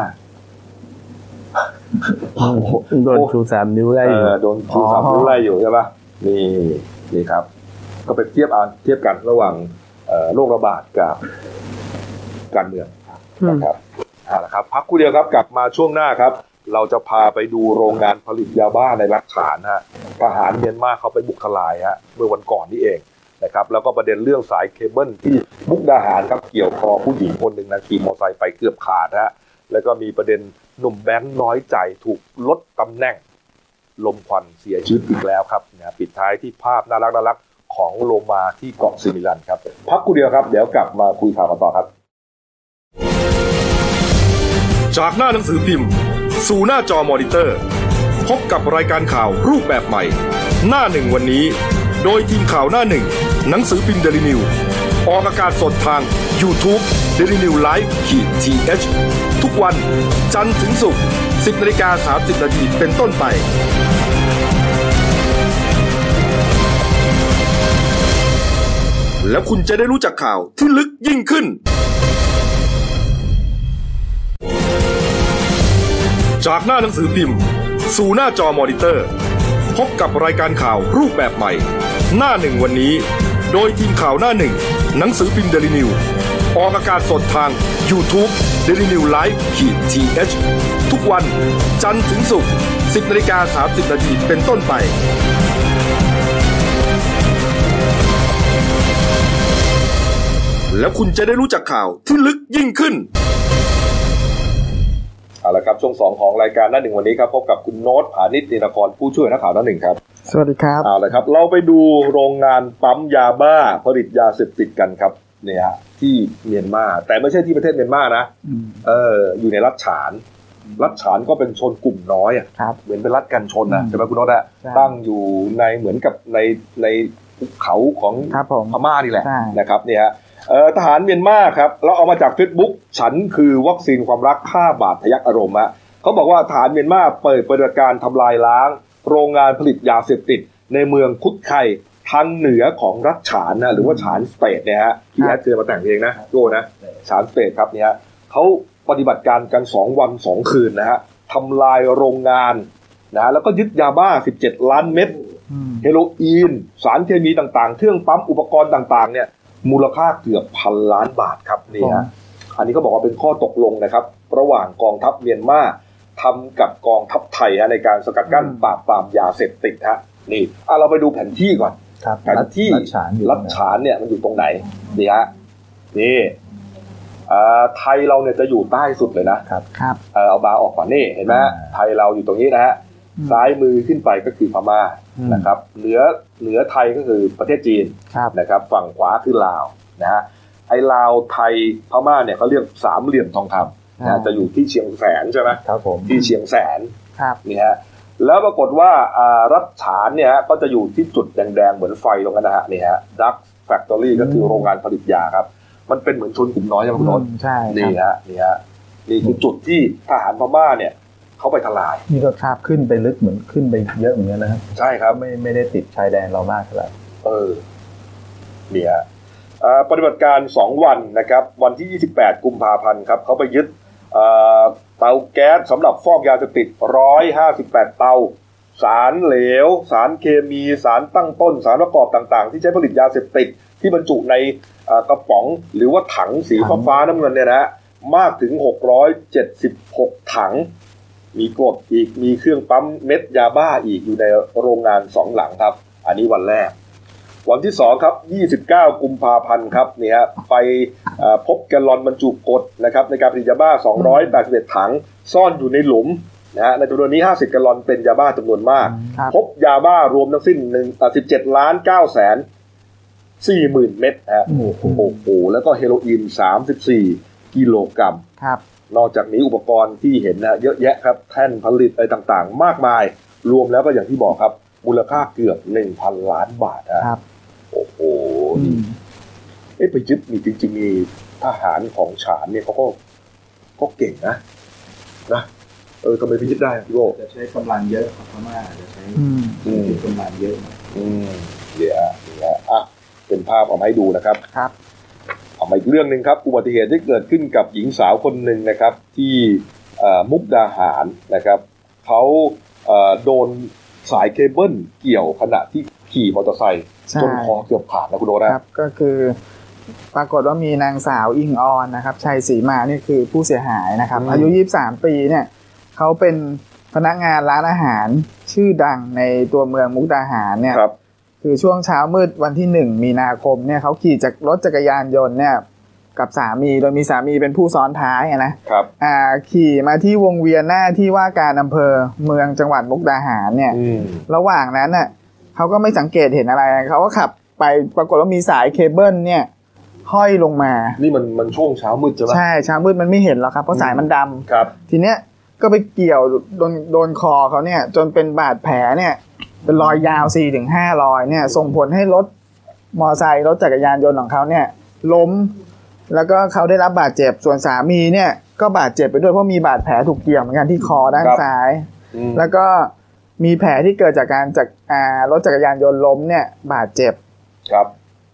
โดนชูสามนิ้วไล่อยู่โดนชูสามนิ้วไล่อยู่ใช่ป่ะนี่นี่ครับก็ไปเทียบอ่านเทียบกันระหว่างโรคระบาดกับการเมืองนะครับเอาละครับพักคู่เดียวครับกลับมาช่วงหน้าครับเราจะพาไปดูโรงงานผลิตยาบ้าในรัฐฉานฮะทหารเมียนมาเขาไปบุกทลายฮะเมื่อวันก่อนนี่เองนะครับแล้วก็ประเด็นเรื่องสายเคเบิลที่มุกดาหารครับเกี่ยวคอผู้หญิงคนหนึ่งนะขี่มอเตอร์ไซค์ไปเกือบขาดฮะแล้วก็มีประเด็นหนุ่มแบงค์น้อยใจถูกลดตำแหน่งลมควันเสียชีวิตอีกแล้วครับนะปิดท้ายที่ภาพน่ารักน่ารักของโลมาที่เกาะซิมิลันครับพักกูเดียวครับเดี๋ยวกลับมาคุยข่าวกันต่อครับจากหน้าหนังสือพิมพ์สู่หน้าจอมอนิเตอร์พบกับรายการข่าวรูปแบบใหม่หน้าหนึ่งวันนี้โดยทีมข่าวหน้าหนึ่งหนังสือพิมพ์ Daily News ออกอากาศสดทาง YouTube Daily News Live ทีเอช ทุกวันจันทร์ถึงศุกร์ สิบนาฬิกาสามสิบนาทีเป็นต้นไปแล้วคุณจะได้รู้จักข่าวที่ลึกยิ่งขึ้นจากหน้าหนังสือพิมพ์สู่หน้าจอมอนิเตอร์พบกับรายการข่าวรูปแบบใหม่หน้าหนึ่งวันนี้โดยทีมข่าวหน้าหนึ่งหนังสือพิมพ์ Daily News ออกอากาศสดทาง YouTube Daily News Live ทีเอช ทุกวันจันทร์ถึงศุกร์ สิบนาฬิกาสามสิบนาทีเป็นต้นไปแล้วคุณจะได้รู้จักข่าวที่ลึกยิ่งขึ้นเอาละครับช่วงสองของรายการหน้าหนึ่งวันนี้ครับพบกับคุณโน้ตผานิชนินครผู้ช่วยนักข่าวหน้าหนึ่งครับสวัสดีครับเอาละครับเราไปดูโรงงานปั๊มยาบ้าผลิตยาเสพติดกันครับเนี่ยฮะที่เมียนมาแต่ไม่ใช่ที่ประเทศเมียนมานะเอออยู่ในรัฐฉานรัฐฉานก็เป็นชนกลุ่มน้อยอ่ะเหมือนเป็นรัฐกันชนนะใช่ไหมคุณโน้ตอะตั้งอยู่ในเหมือนกับในในภูเขาของพม่านี่แหละนะครับเนี่ยฮะทหารเมียนมาครับเราเอามาจาก Facebook ฉันคือวัคซีนความรักฆ่าบาดทะยักอารมณ์ฮะเขาบอกว่าทหารเมียนมาเปิดปฏิบัติการทำลายล้างโรงงานผลิตยาเสพติดในเมืองคุดไคทางเหนือของรัฐฉานนะหรือว่าฉานสเตทเนี่ยฮะที่แอดเคยมาแต่งเองนะโก้นะฉานสเตทครับเนี่ยเขาปฏิบัติการกันสองวันสองคืนนะฮะทำลายโรงงานนะแล้วก็ยึดยาบ้าสิบเจ็ดล้านเม็ดเฮโรอีนสารเคมีต่างๆเครื่องปั๊มอุปกรณ์ต่างๆเนี่ยมูลค่าเกือบพันล้านบาทครับนี่ฮะอันนี้ก็บอกว่าเป็นข้อตกลงนะครับระหว่างกองทัพเมียนมาทำกับกองทัพไทยในการสกัดกั้นปราบปรามยาเสพติดฮะนี่อ่ะเราไปดูแผนที่ก่อนแผนที่รัฐฉานเนี่ยมันอยู่ตรงไหนนี่ฮะนี่ไทยเราเนี่ยจะอยู่ใต้สุดเลยนะครับเอาบาออกก่อนนี่เห็นไหมไทยเราอยู่ตรงนี้นะฮะซ้ายมือขึ้นไปก็คือพม่านะครับเหนือเหนือไทยก็คือประเทศจีนนะครับฝั่งขวาคือลาวนะฮะไอ้ลาวไทยพม่าเนี่ยเขาเรียกสามเหลี่ยมทองคำนะจะอยู่ที่เชียงแสนใช่ไหมครับผมที่เชียงแสนนี่ฮะแล้วปรากฏว่ารัฐฉานเนี่ยก็จะอยู่ที่จุดแดงๆเหมือนไฟตรงนั้นนะฮะนี่ฮะดักแฟคทอรี่ก็คือโรงงานผลิตยาครับมันเป็นเหมือนชนกลุ่มน้อยใช่ไหมคุณนนท์ใช่นี่ฮะนี่ฮะนี่คือจุดที่ทหารพม่าเนี่ยเขาไปทลายนี่ก็คาบขึ้นไปลึกเหมือนขึ้นไปเยอะเหมือนกันนะครับใช่ครับไม่ไม่ได้ติดชายแดนเรามากเท่าไหร่เออเนี่ยปฏิบัติการสองวันนะครับวันที่ยี่สิบแปดกุมภาพันธ์ครับเขาไปยึดเตาแก๊สสำหรับฟอกยาเสพติดหนึ่งร้อยห้าสิบแปดเตาสารเหลวสารเคมีสารตั้งต้นสารประกอบต่างๆที่ใช้ผลิตยาเสพติดที่บรรจุในกระป๋องหรือว่าถังสีฟ้าๆน้ำเงินเนี่ยนะมากถึงหกร้อยเจ็ดสิบหกถังมีกรดอีกมีเครื่องปั๊มเม็ดยาบ้าอีกอยู่ในโรงงานสองหลังครับอันนี้วันแรกวันที่สองครับยี่สิบเก้ากุมภาพันธ์ครับเนี่ยไปพบแกลลอนบรรจุกรดนะครับในการผลิตยาบ้าสองร้อยแปดสิบเอ็ดถังซ่อนอยู่ในหลุมนะฮะในจำนวนนี้ห้าสิบแกลลอนเป็นยาบ้าจำนวนมากพบยาบ้ารวมทั้งสิ้นสิบเจ็ดล้านเก้าแสนสี่หมื่นเม็ดฮะโอ้โหแล้วก็เฮโรอีนสามสิบสี่กิโลกรัมครับนอกจากนี้อุปกรณ์ที่เห็นนะเยอะแยะครับแท่นผลิตอะไรต่างๆมากมายรวมแล้วก็อย่างที่บอกครับมูลค่าเกือบ หนึ่งพัน ล้านบาทครับโอ้โหเอ๊ะไปยึดมีจริงๆมีทหารของฉานเนี่ยเขาก็ก็เก่งนะนะเออทำไมไปยึดได้พี่โก้จะใช้กำลังเยอะพม่าจะใช้กำลังเยอะอืมเดี๋ยวเนี่ยอ่ะเป็นภาพเอามาให้ดูนะครับครับเอามาอีกเรื่องนึงครับอุบัติเหตุที่เกิดขึ้นกับหญิงสาวคนหนึ่งนะครับที่มุกดาหารนะครับเขาโดนสายเคเบิลเกี่ยวขณะที่ขี่มอเตอร์ไซค์จนคอเกือบขาดนะคุณโดนะครับก็คือปรากฏว่ามีนางสาวอิงออนนะครับชัยศรีมานี่คือผู้เสียหายนะครับอายุยี่สิบสามปีเนี่ยเขาเป็นพนักงานร้านอาหารชื่อดังในตัวเมืองมุกดาหารเนี่ยคือช่วงเช้ามืดวันที่หนึ่งมีนาคมเนี่ยเขาขี่จากรถจักรยานยนต์เนี่ยกับสามีโดยมีสามีเป็นผู้ซ้อนท้ายนะครับอ่าขี่มาที่วงเวียนหน้าที่ว่าการอำเภอเมืองจังหวัดมุกดาหารเนี่ยระหว่างนั้นน่ะเขาก็ไม่สังเกตเห็นอะไรเขาก็ขับไปปรากฏว่ามีสายเคเบิลเนี่ยห้อยลงมานี่มันมันช่วงเช้ามืดใช่ไหมใช่เช้ามืดมันไม่เห็นหรอกครับเพราะสายมันดำครับทีเนี้ยก็ไปเกี่ยวโดนโดนคอเขาเนี่ยจนเป็นบาดแผลเนี่ยเป็นรอยยาว สี่ถึงห้า รอยเนี่ยส่งผลให้รถมอเตอร์ไซค์รถจักรยานยนต์ของเขาเนี่ยล้มแล้วก็เขาได้รับบาดเจ็บส่วนสามีเนี่ยก็บาดเจ็บไปด้วยเพราะมีบาดแผลถูกเกี่ยวเหมือนกันที่คอด้านซ้ายแล้วก็มีแผลที่เกิดจากการจากอ่ารถจักรยานยนต์ล้มเนี่ยบาดเจ็บครับ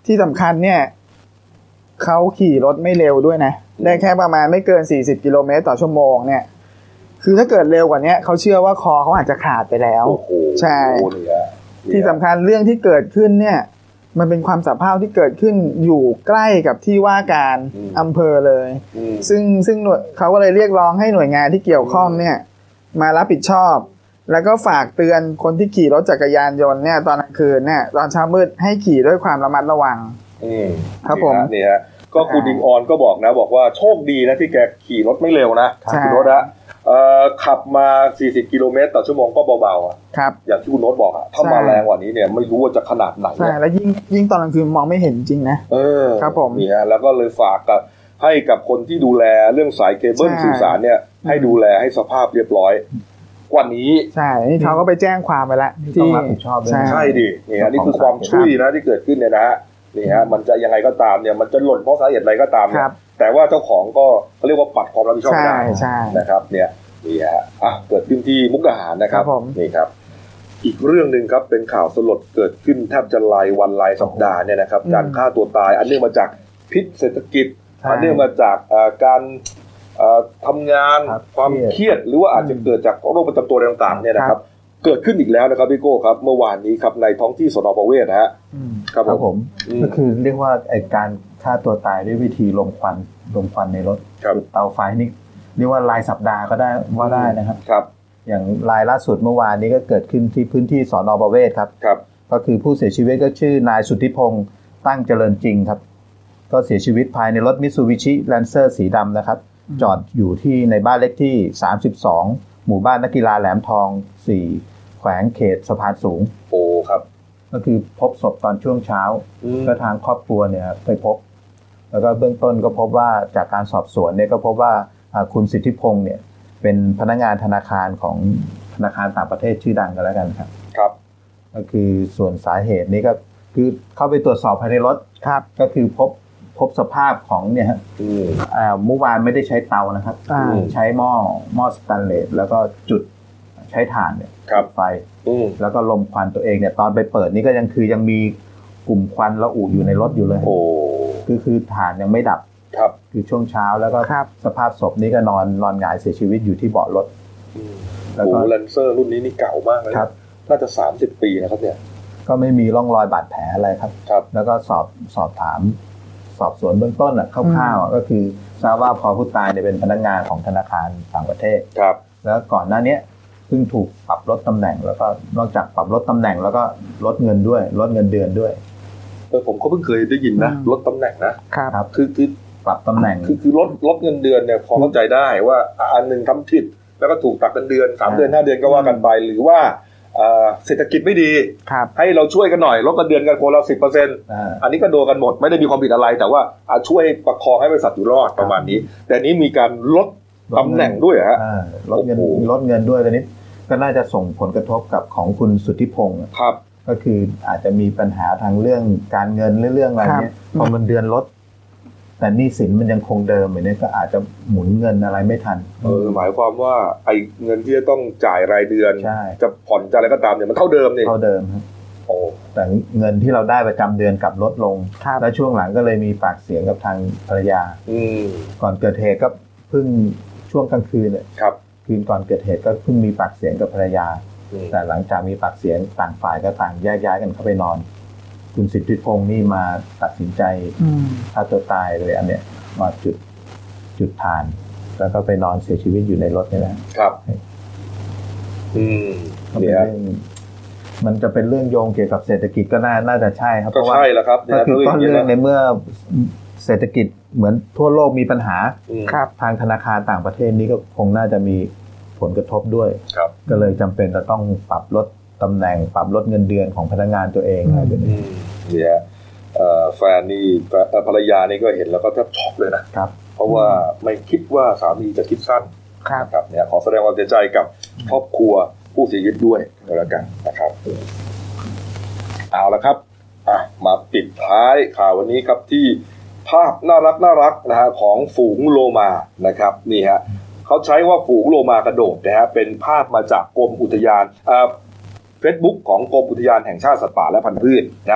ที่สำคัญเนี่ยเขาขี่รถไม่เร็วด้วยนะได้แค่ประมาณไม่เกินสี่สิบกิโลเมตรต่อชั่วโมงเนี่ยคือถ้าเกิดเร็วกว่านี้เขาเชื่อว่าคอเขาอาจจะขาดไปแล้วใช่ที่สำคัญเรื่องที่เกิดขึ้นเนี่ยมันเป็นความสับเพร่าที่เกิดขึ้นอยู่ใกล้กับที่ว่าการอำเภอเลยซึ่งซึ่งเขาก็เลยเรียกร้องให้หน่วยงานที่เกี่ยวข้องเนี่ยมารับผิดชอบแล้วก็ฝากเตือนคนที่ขี่รถจักรยานยนต์เนี่ยตอนกลางคืนเนี่ยตอนเช้ามืดให้ขี่ด้วยความระมัดระวังครับผมนี่ฮะก็คุณดิงออนก็บอกนะบอกว่าโชคดีนะที่แกขี่รถไม่เร็วนะขี่รถนะเอ่อขับมาสี่สิบกิโลเมตรต่อชั่วโมงก็เบาๆอ่ะครับอย่างที่คุณโน้ตบอกอ่ะถ้ามาแรงกว่านี้เนี่ยไม่รู้ว่าจะขนาดไหนใช่แล้วยิ่งยิ่งตอนกลางคืนมองไม่เห็นจริงนะเออครับผมนี่ฮะแล้วก็เลยฝากกับให้กับคนที่ดูแลเรื่องสายเคเบิลสื่อสารเนี่ยให้ดูแลให้สภาพเรียบร้อยกว่านี้ใช่นี่เขาก็ไปแจ้งความไปแล้วที่ต้องรับผิดชอบด้วยใช่ดินี่ฮะนี่คือความช่วยนะที่เกิดขึ้นเนี่ยนะฮะนี่ฮะมันจะยังไงก็ตามเนี่ยมันจะหล่นเพราะสาเหตุอะไรก็ตามเนี่ยแต่ว่าเจ้าของก็เขาเรียกว่าปัดความรับผิดชอบไม่ได้นะครับเนี่ยนี่ฮะอ่ะเกิดขึ้นที่มุกดาหารนะครับนี่ครับอีกเรื่องนึงครับเป็นข่าวสลดเกิดขึ้นแทบจะรายวันรายสัปดาห์เนี่ยนะครับการฆ่าตัวตายอันเนื่องมาจากพิษเศรษฐกิจอันเนื่องมาจากการทำงานความเครียดหรือว่าอาจจะเกิดจากโรคประจำตัวต่างๆเนี่ยนะครับเกิดขึ้นอีกแล้วนะครับพี่โก้ครับเมื่อวานนี้ครับในท้องที่สน.ประเวศนะฮะครับผมก็คือเรียกว่าไอ้การฆ่าตัวตายด้วยวิธีลมควันลมควันในรถจุดเตาไฟนี่เรียกว่ารายสัปดาห์ก็ได้ว่าได้นะครับครับอย่างรายล่าสุดเมื่อวานนี้ก็เกิดขึ้นที่พื้นที่สน.ประเวศครับครับก็คือผู้เสียชีวิตก็ชื่อนายสุทธิพงษ์ตั้งเจริญจริงครับก็เสียชีวิตภายในรถมิตซูบิชิแลนเซอร์สีดำนะครับจอดอยู่ที่ในบ้านเลขที่สามสิบสองหมู่บ้านนักกีฬาแหลมทองสี่แขวงเขตสะพานสูงโอ้ครับก็คือพบศพตอนช่วงเช้าก็ทางครอบครัวเนี่ยไปพบแล้วก็เบื้องต้นก็พบว่าจากการสอบสวนเนี่ยก็พบว่าคุณสิทธิพงษ์เนี่ยเป็นพนักงานธนาคารของธนาคารต่างประเทศชื่อดังกันแล้วกันครับครับก็คือส่วนสาเหตุนี้ก็คือเข้าไปตรวจสอบภายในรถครับก็คือพบพบสภาพของเนี่ยฮะเมื่อวานไม่ได้ใช้เตานะครับใช้หม้อหม้อสแตนเลสแล้วก็จุดใช้ถ่านเนี่ยไฟแล้วก็ลมควันตัวเองเนี่ยตอนไปเปิดนี่ก็ยังคือยังมีกลุ่มควันระอุอยู่ในรถอยู่เลยโอ้คือคือถ่านยังไม่ดับครับคือช่วงเช้าแล้วก็สภาพศพนี้ก็นอนนอนหงายเสียชีวิตอยู่ที่เบาะรถแล้วก็แลนเซอร์รุ่นนี้นี่เก่ามากเลยน่าจะสามสิบปีนะครับเนี่ยก็ไม่มีร่องรอยบาดแผลอะไรครับครับแล้วก็สอบสอบถามสอบสวนเบื้องต้นอ่ะคร่าวๆก็คือทราบว่าพอผู้ตายเนี่ยเป็นพนักงานของธนาคารต่างประเทศครับแล้วก่อนหน้านี้เพิ่งถูกปรับลดตำแหน่งแล้วก็นอกจากปรับลดตำแหน่งแล้วก็ลดเงินด้วยลดเงินเดือนด้วยเออผมก็เพิ่งเคยได้ยินนะลดตำแหน่งนะครับคือคือปรับตำแหน่งคือคือลดลดเงินเดือนเนี่ยพอเข้าใจได้ว่าอันนึงทำผิดแล้วก็ถูกตัดเงินเดือนสามเดือนห้าเดือนก็ว่ากันไปหรือว่าเศรษฐกิจไม่ดีให้เราช่วยกันหน่อยลดเงินเดือนกันคนละ สิบเปอร์เซ็นต์ อ, อันนี้ก็โดนกันหมดไม่ได้มีความผิดอะไรแต่ว่าช่วยประคองให้บริษัทอยู่รอดประมาณนี้แต่นี้มีการลดตำแหน่งด้วยฮะลดเงินลดเงินด้วยตอนนี้ก็น่าจะส่งผลกระทบกับของคุณสุทธิพงษ์ครับก็คืออาจจะมีปัญหาทางเรื่องการเงินเรื่องอะไรเนี้ยพอมันเดือนลดแต่หนี้สินมันยังคงเดิมอย่างนี้ก็อาจจะหมุนเงินอะไรไม่ทันเออหมายความว่าไอ้เงินที่จะต้องจ่ายรายเดือนจะผ่อนจะอะไรก็ตามเนี่ยมันเท่าเดิมนี่เท่าเดิมครับโอ้แต่เงินที่เราได้ประจำเดือนกลับลดลงแล้วช่วงหลังก็เลยมีปากเสียงกับทางภรรยาก่อนเกิดเหตุก็เพิ่งช่วงกลางคืนเนี่ยคืนก่อนเกิดเหตุก็เพิ่งมีปากเสียงกับภรรยาแต่หลังจากมีปากเสียงต่างฝ่ายก็ต่างแยกย้ายกันเข้าไปนอนคุณสิทธิพงษ์นี่มาตัดสินใจฆ่าตัวตายเลยอันเนี้ยมาจุดจุดทานแล้วก็ไปนอนเสียชีวิตอยู่ในรถนี่แหละครับอืมเนี่ยมันจะเป็นเรื่องโยงเกี่ยวกับเศรษฐกิจก็น่าน่าจะใช่ครับเพราะว่าใช่แล้วครับก็คือต้นเรื่องในเมื่อเศรษฐกิจเหมือนทั่วโลกมีปัญหาครับทางธนาคารต่างประเทศนี้ก็คงน่าจะมีผลกระทบด้วยก็เลยจำเป็นจะต้องปรับลดตำแหน่งปรับลดเงินเดือนของพนักงานตัวเองอะไรแบบนี้เนี่ยแฟนนี่ภรรยานี่ก็เห็นแล้วก็แทบช็อกเลยนะครับเพราะว่าไม่คิดว่าสามีจะคิดสั้นครับเนี่ยขอแสดงความเสียใจกับครอบครัวผู้เสียชีวิตด้วยก็แล้วกันนะครับเอาละครับอ่ะมาปิดท้ายข่าววันนี้ครับที่ภาพน่ารักน่ารักนะฮะของฝูงโลมานะครับนี่ฮะเขาใช้ว่าฝูงโลมากระโดดนะฮะเป็นภาพมาจากกรมอุทยานเฟซบุ๊กของกรมอุทยานแห่งชาติสัตว์ป่าและพันธุ์พืชนะ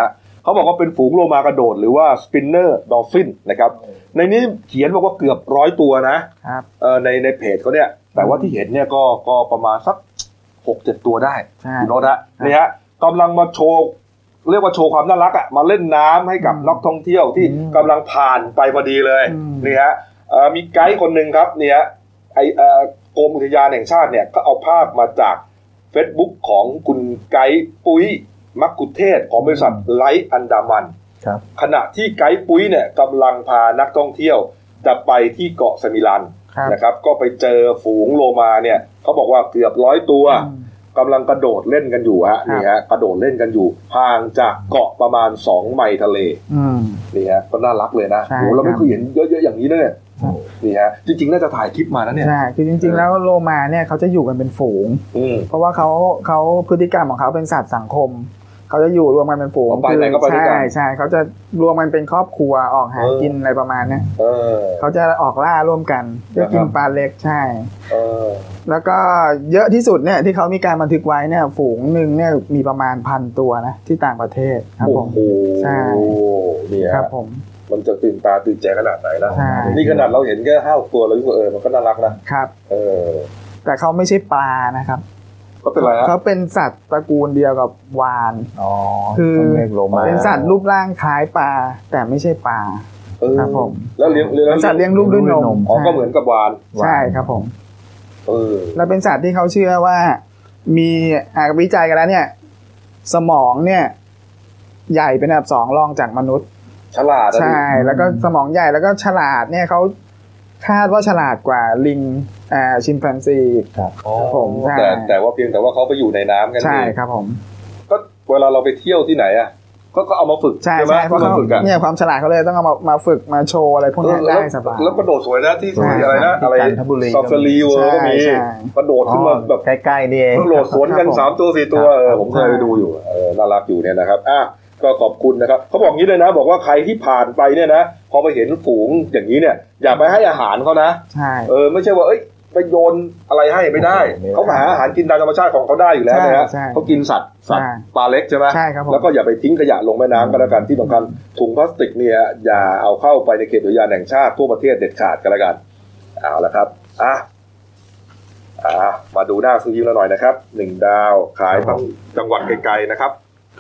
เขาบอกว่าเป็นฝูงโลมากระโดดหรือว่าสปินเนอร์ดอลฟินนะครับในนี้เขียนบอกว่าเกือบร้อยตัวนะครับเออในในเพจเขาเนี่ยแต่ว่าที่เห็นเนี่ยก็ก็ประมาณสักหกเจ็ดตัวได้คุณโน้ตฮะนี่ฮะกำลังมาโชว์เรียกว่าโชว์ความน่ารักอ่ะมาเล่นน้ำให้กับนักท่องเที่ยวที่กำลังผ่านไปพอดีเลยนี่ฮะมีไกด์คนหนึ่งครับเนี่ยไอกรมอุทยานแห่งชาติเนี่ยก็เอาภาพมาจาก Facebook ของคุณไกด์ปุ้ยมักคุเทศของบริษัทไลท์อันดามันขณะที่ไกด์ปุ้ยเนี่ยกำลังพานักท่องเที่ยวจะไปที่เกาะสมิลันนะครับก็ไปเจอฝูงโลมาเนี่ยเขาบอกว่าเกือบร้อยตัวกำลังกระโดดเล่นกันอยู่ฮะนี่ฮะกระโดดเล่นกันอยู่ห่างจากเกาะประมาณสองไมล์ทะเลนี่ฮะก็น่ารักเลยนะโหเราไม่เคยเห็นเยอะๆอย่างนี้เลยนี่ฮะจริงๆน่าจะถ่ายคลิปมาแล้วเนี่ยใช่คือจริงๆแล้วโลมาเนี่ยเขาจะอยู่กันเป็นฝูงเพราะว่าเขาเขาพฤติกรรมของเขาเป็นสัตว์สังคมเขาจะอยู่รวมกันเป็นฝูงใช่ใช่เขาจะรวมกันเป็นครอบครัวออกหากินอะไรประมาณนี้เขาจะออกล่าร่วมกันเพื่อกินปลาเล็กใช่แล้วก็เยอะที่สุดเนี่ยที่เขามีการบันทึกไว้เนี่ยฝูงหนึ่งเนี่ยมีประมาณพันตัวนะที่ต่างประเทศครับผมใช่ครับผมมันจะตื่นตาตื่นใจขนาดไหนนะนี่ขนาดเราเห็นแค่ห้าตัวแล้วเออมันก็น่ารักนะครับเออแต่เขาไม่ใช่ปลานะครับเขาเป็นอะไรฮะเขาเป็นสัตว์ตระกูลเดียวกับวาฬอ๋อคือเป็นสัตว์รูปร่างคล้ายปลาแต่ไม่ใช่ปลาครับผมแล้วเลี้ยงเลี้ยงสัตว์เลี้ยงลูกด้วยนมอ๋อก็เหมือนกับวาฬใช่ครับผมเออแล้วเป็นสัตว์ที่เขาเชื่อว่ามีอ่าวิจัยกันแล้วเนี่ยสมองเนี่ยใหญ่เป็นอันดับสองรองจากมนุษย์ฉลาดใช่แล้วก็สมองใหญ่แล้วก็ฉลาดเนี่ยเขาคาดว่าฉลาดกว่าลิงอ่าชิมแปนซีครับผมแต่แต่ว่าเพียงแต่ว่าเขาไปอยู่ในน้ำกันใช่ครับผมก็เวลาเราไปเที่ยวที่ไหนอ่ะก็ก็เอามาฝึกใช่ไหมเพราะเขาเนี่ยความฉลาดเขาเลยต้องเอามามาฝึกมาโชว์อะไรพวกนี้ได้สบายแล้วกระโดดสวยนะที่อะไรนะอะไรซาฟารีเวิร์ก็มีกระโดดขึ้นมาแบบใกล้ๆนี่เองกระโดดสวนกันสามตัวสี่ตัวเออผมเคยไปดูอยู่เออน่ารักอยู่เนี่ยนะครับอ่ะก็ขอบคุณนะครับเขาบอกงี้เลยนะบอกว่าใครที่ผ่านไปเนี่ยนะพอไปเห็นฝูงอย่างนี้เนี่ยอย่าไปให้อาหารเขานะใช่เออไม่ใช่ว่าเอ้ยไปโยนอะไรให้ไม่ได้เขาหาอาหารกินตามธรรมชาติของเขาได้อยู่แล้วนะฮะเขากินสัตว์สัตว์ปลาเล็กใช่ไหมใช่ครับแล้วก็อย่าไปทิ้งขยะลงแม่น้ำก็แล้วกันที่สำคัญถุงพลาสติกเนี่ยอย่าเอาเข้าไปในเขตอุทยานแห่งชาติทั่วประเทศเด็ดขาดกันแล้วกันเอาละครับอ่ะอ่ะมาดูหน้าซื้อยิ้มแล้วหน่อยนะครับหนึ่งดาวขายทั้งจังหวัดไกลๆนะครับ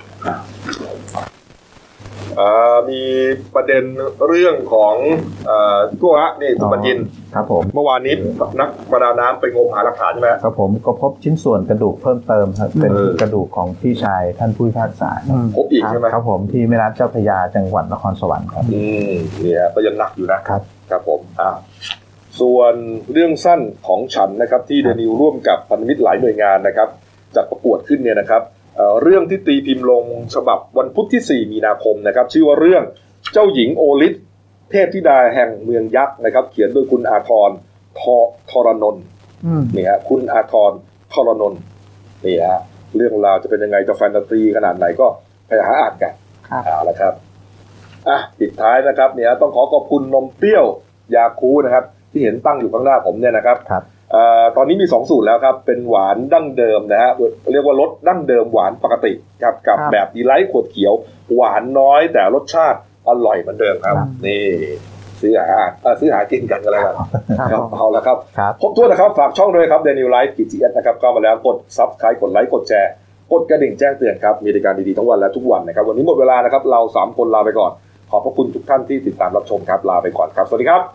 มีประเด็นเรื่องของตัวฮะนี่คุณบัญญินครับผมเมื่อวานนี้นักประดาน้ำไปงมหาหลักฐานใช่ไหมครับผมก็พบชิ้นส่วนกระดูกเพิ่มเติมครับเป็นกระดูกของพี่ชายท่านผู้พิพากษาพบอีกใช่ไหมครับผมที่แม่น้ำเจ้าพระยาจังหวัดนครสวรรค์ครับอืมเนี่ยก็ยังหนักอยู่นะครับครับผมอ่าส่วนเรื่องสั้นของฉันนะครับที่เดนิวร่วมกับพันธมิตรหลายหน่วยงานนะครับจัดประกวดขึ้นเนี่ยนะครับเรื่องที่ตีพิมพ์ลงฉบับวันพุธที่สี่มีนาคมนะครับชื่อว่าเรื่องเจ้าหญิงโอลิสเทพธิดาแห่งเมืองยักษ์นะครับเขียนโดยคุณอาทรทรนนท์นี่ฮะคุณอาทรทรนนท์นี่ฮะเรื่องราวจะเป็นยังไงจะแฟนตาซีขนาดไหนก็ไปหาอ่านกันเอาละครับอ่ะปิดท้ายนะครับเนี่ยต้องขอขอบคุณนมเปรี้ยวยาคูนะครับที่เห็นตั้งอยู่ข้างหน้าผมเนี่ยนะครับตอนนี้มีสองสูตรแล้วครับเป็นหวานดั้งเดิมนะฮะเรียกว่ารสดั้งเดิมหวานปกติครับกับแบบดีไลท์ขวดเขียวหวานน้อยแต่รสชาติอร่อยเหมือนเดิมครับนี่ซื้อหาซื้อหากินกันกันเลยครับเอาละครับครบถ้วนนะครับฝากช่องด้วยครับ Daniel Life พี จี เอส นะครับเข้ามาแล้วกด Subscribe กดไลค์กดแชร์กดกระดิ่งแจ้งเตือนครับมีรายการดีๆทั้งวันและทุกวันนะครับวันนี้หมดเวลานะครับเราสามคนลาไปก่อนขอบพระคุณทุกท่านที่ติดตามรับชมครับลาไปก่อนครับสวัสดีครับ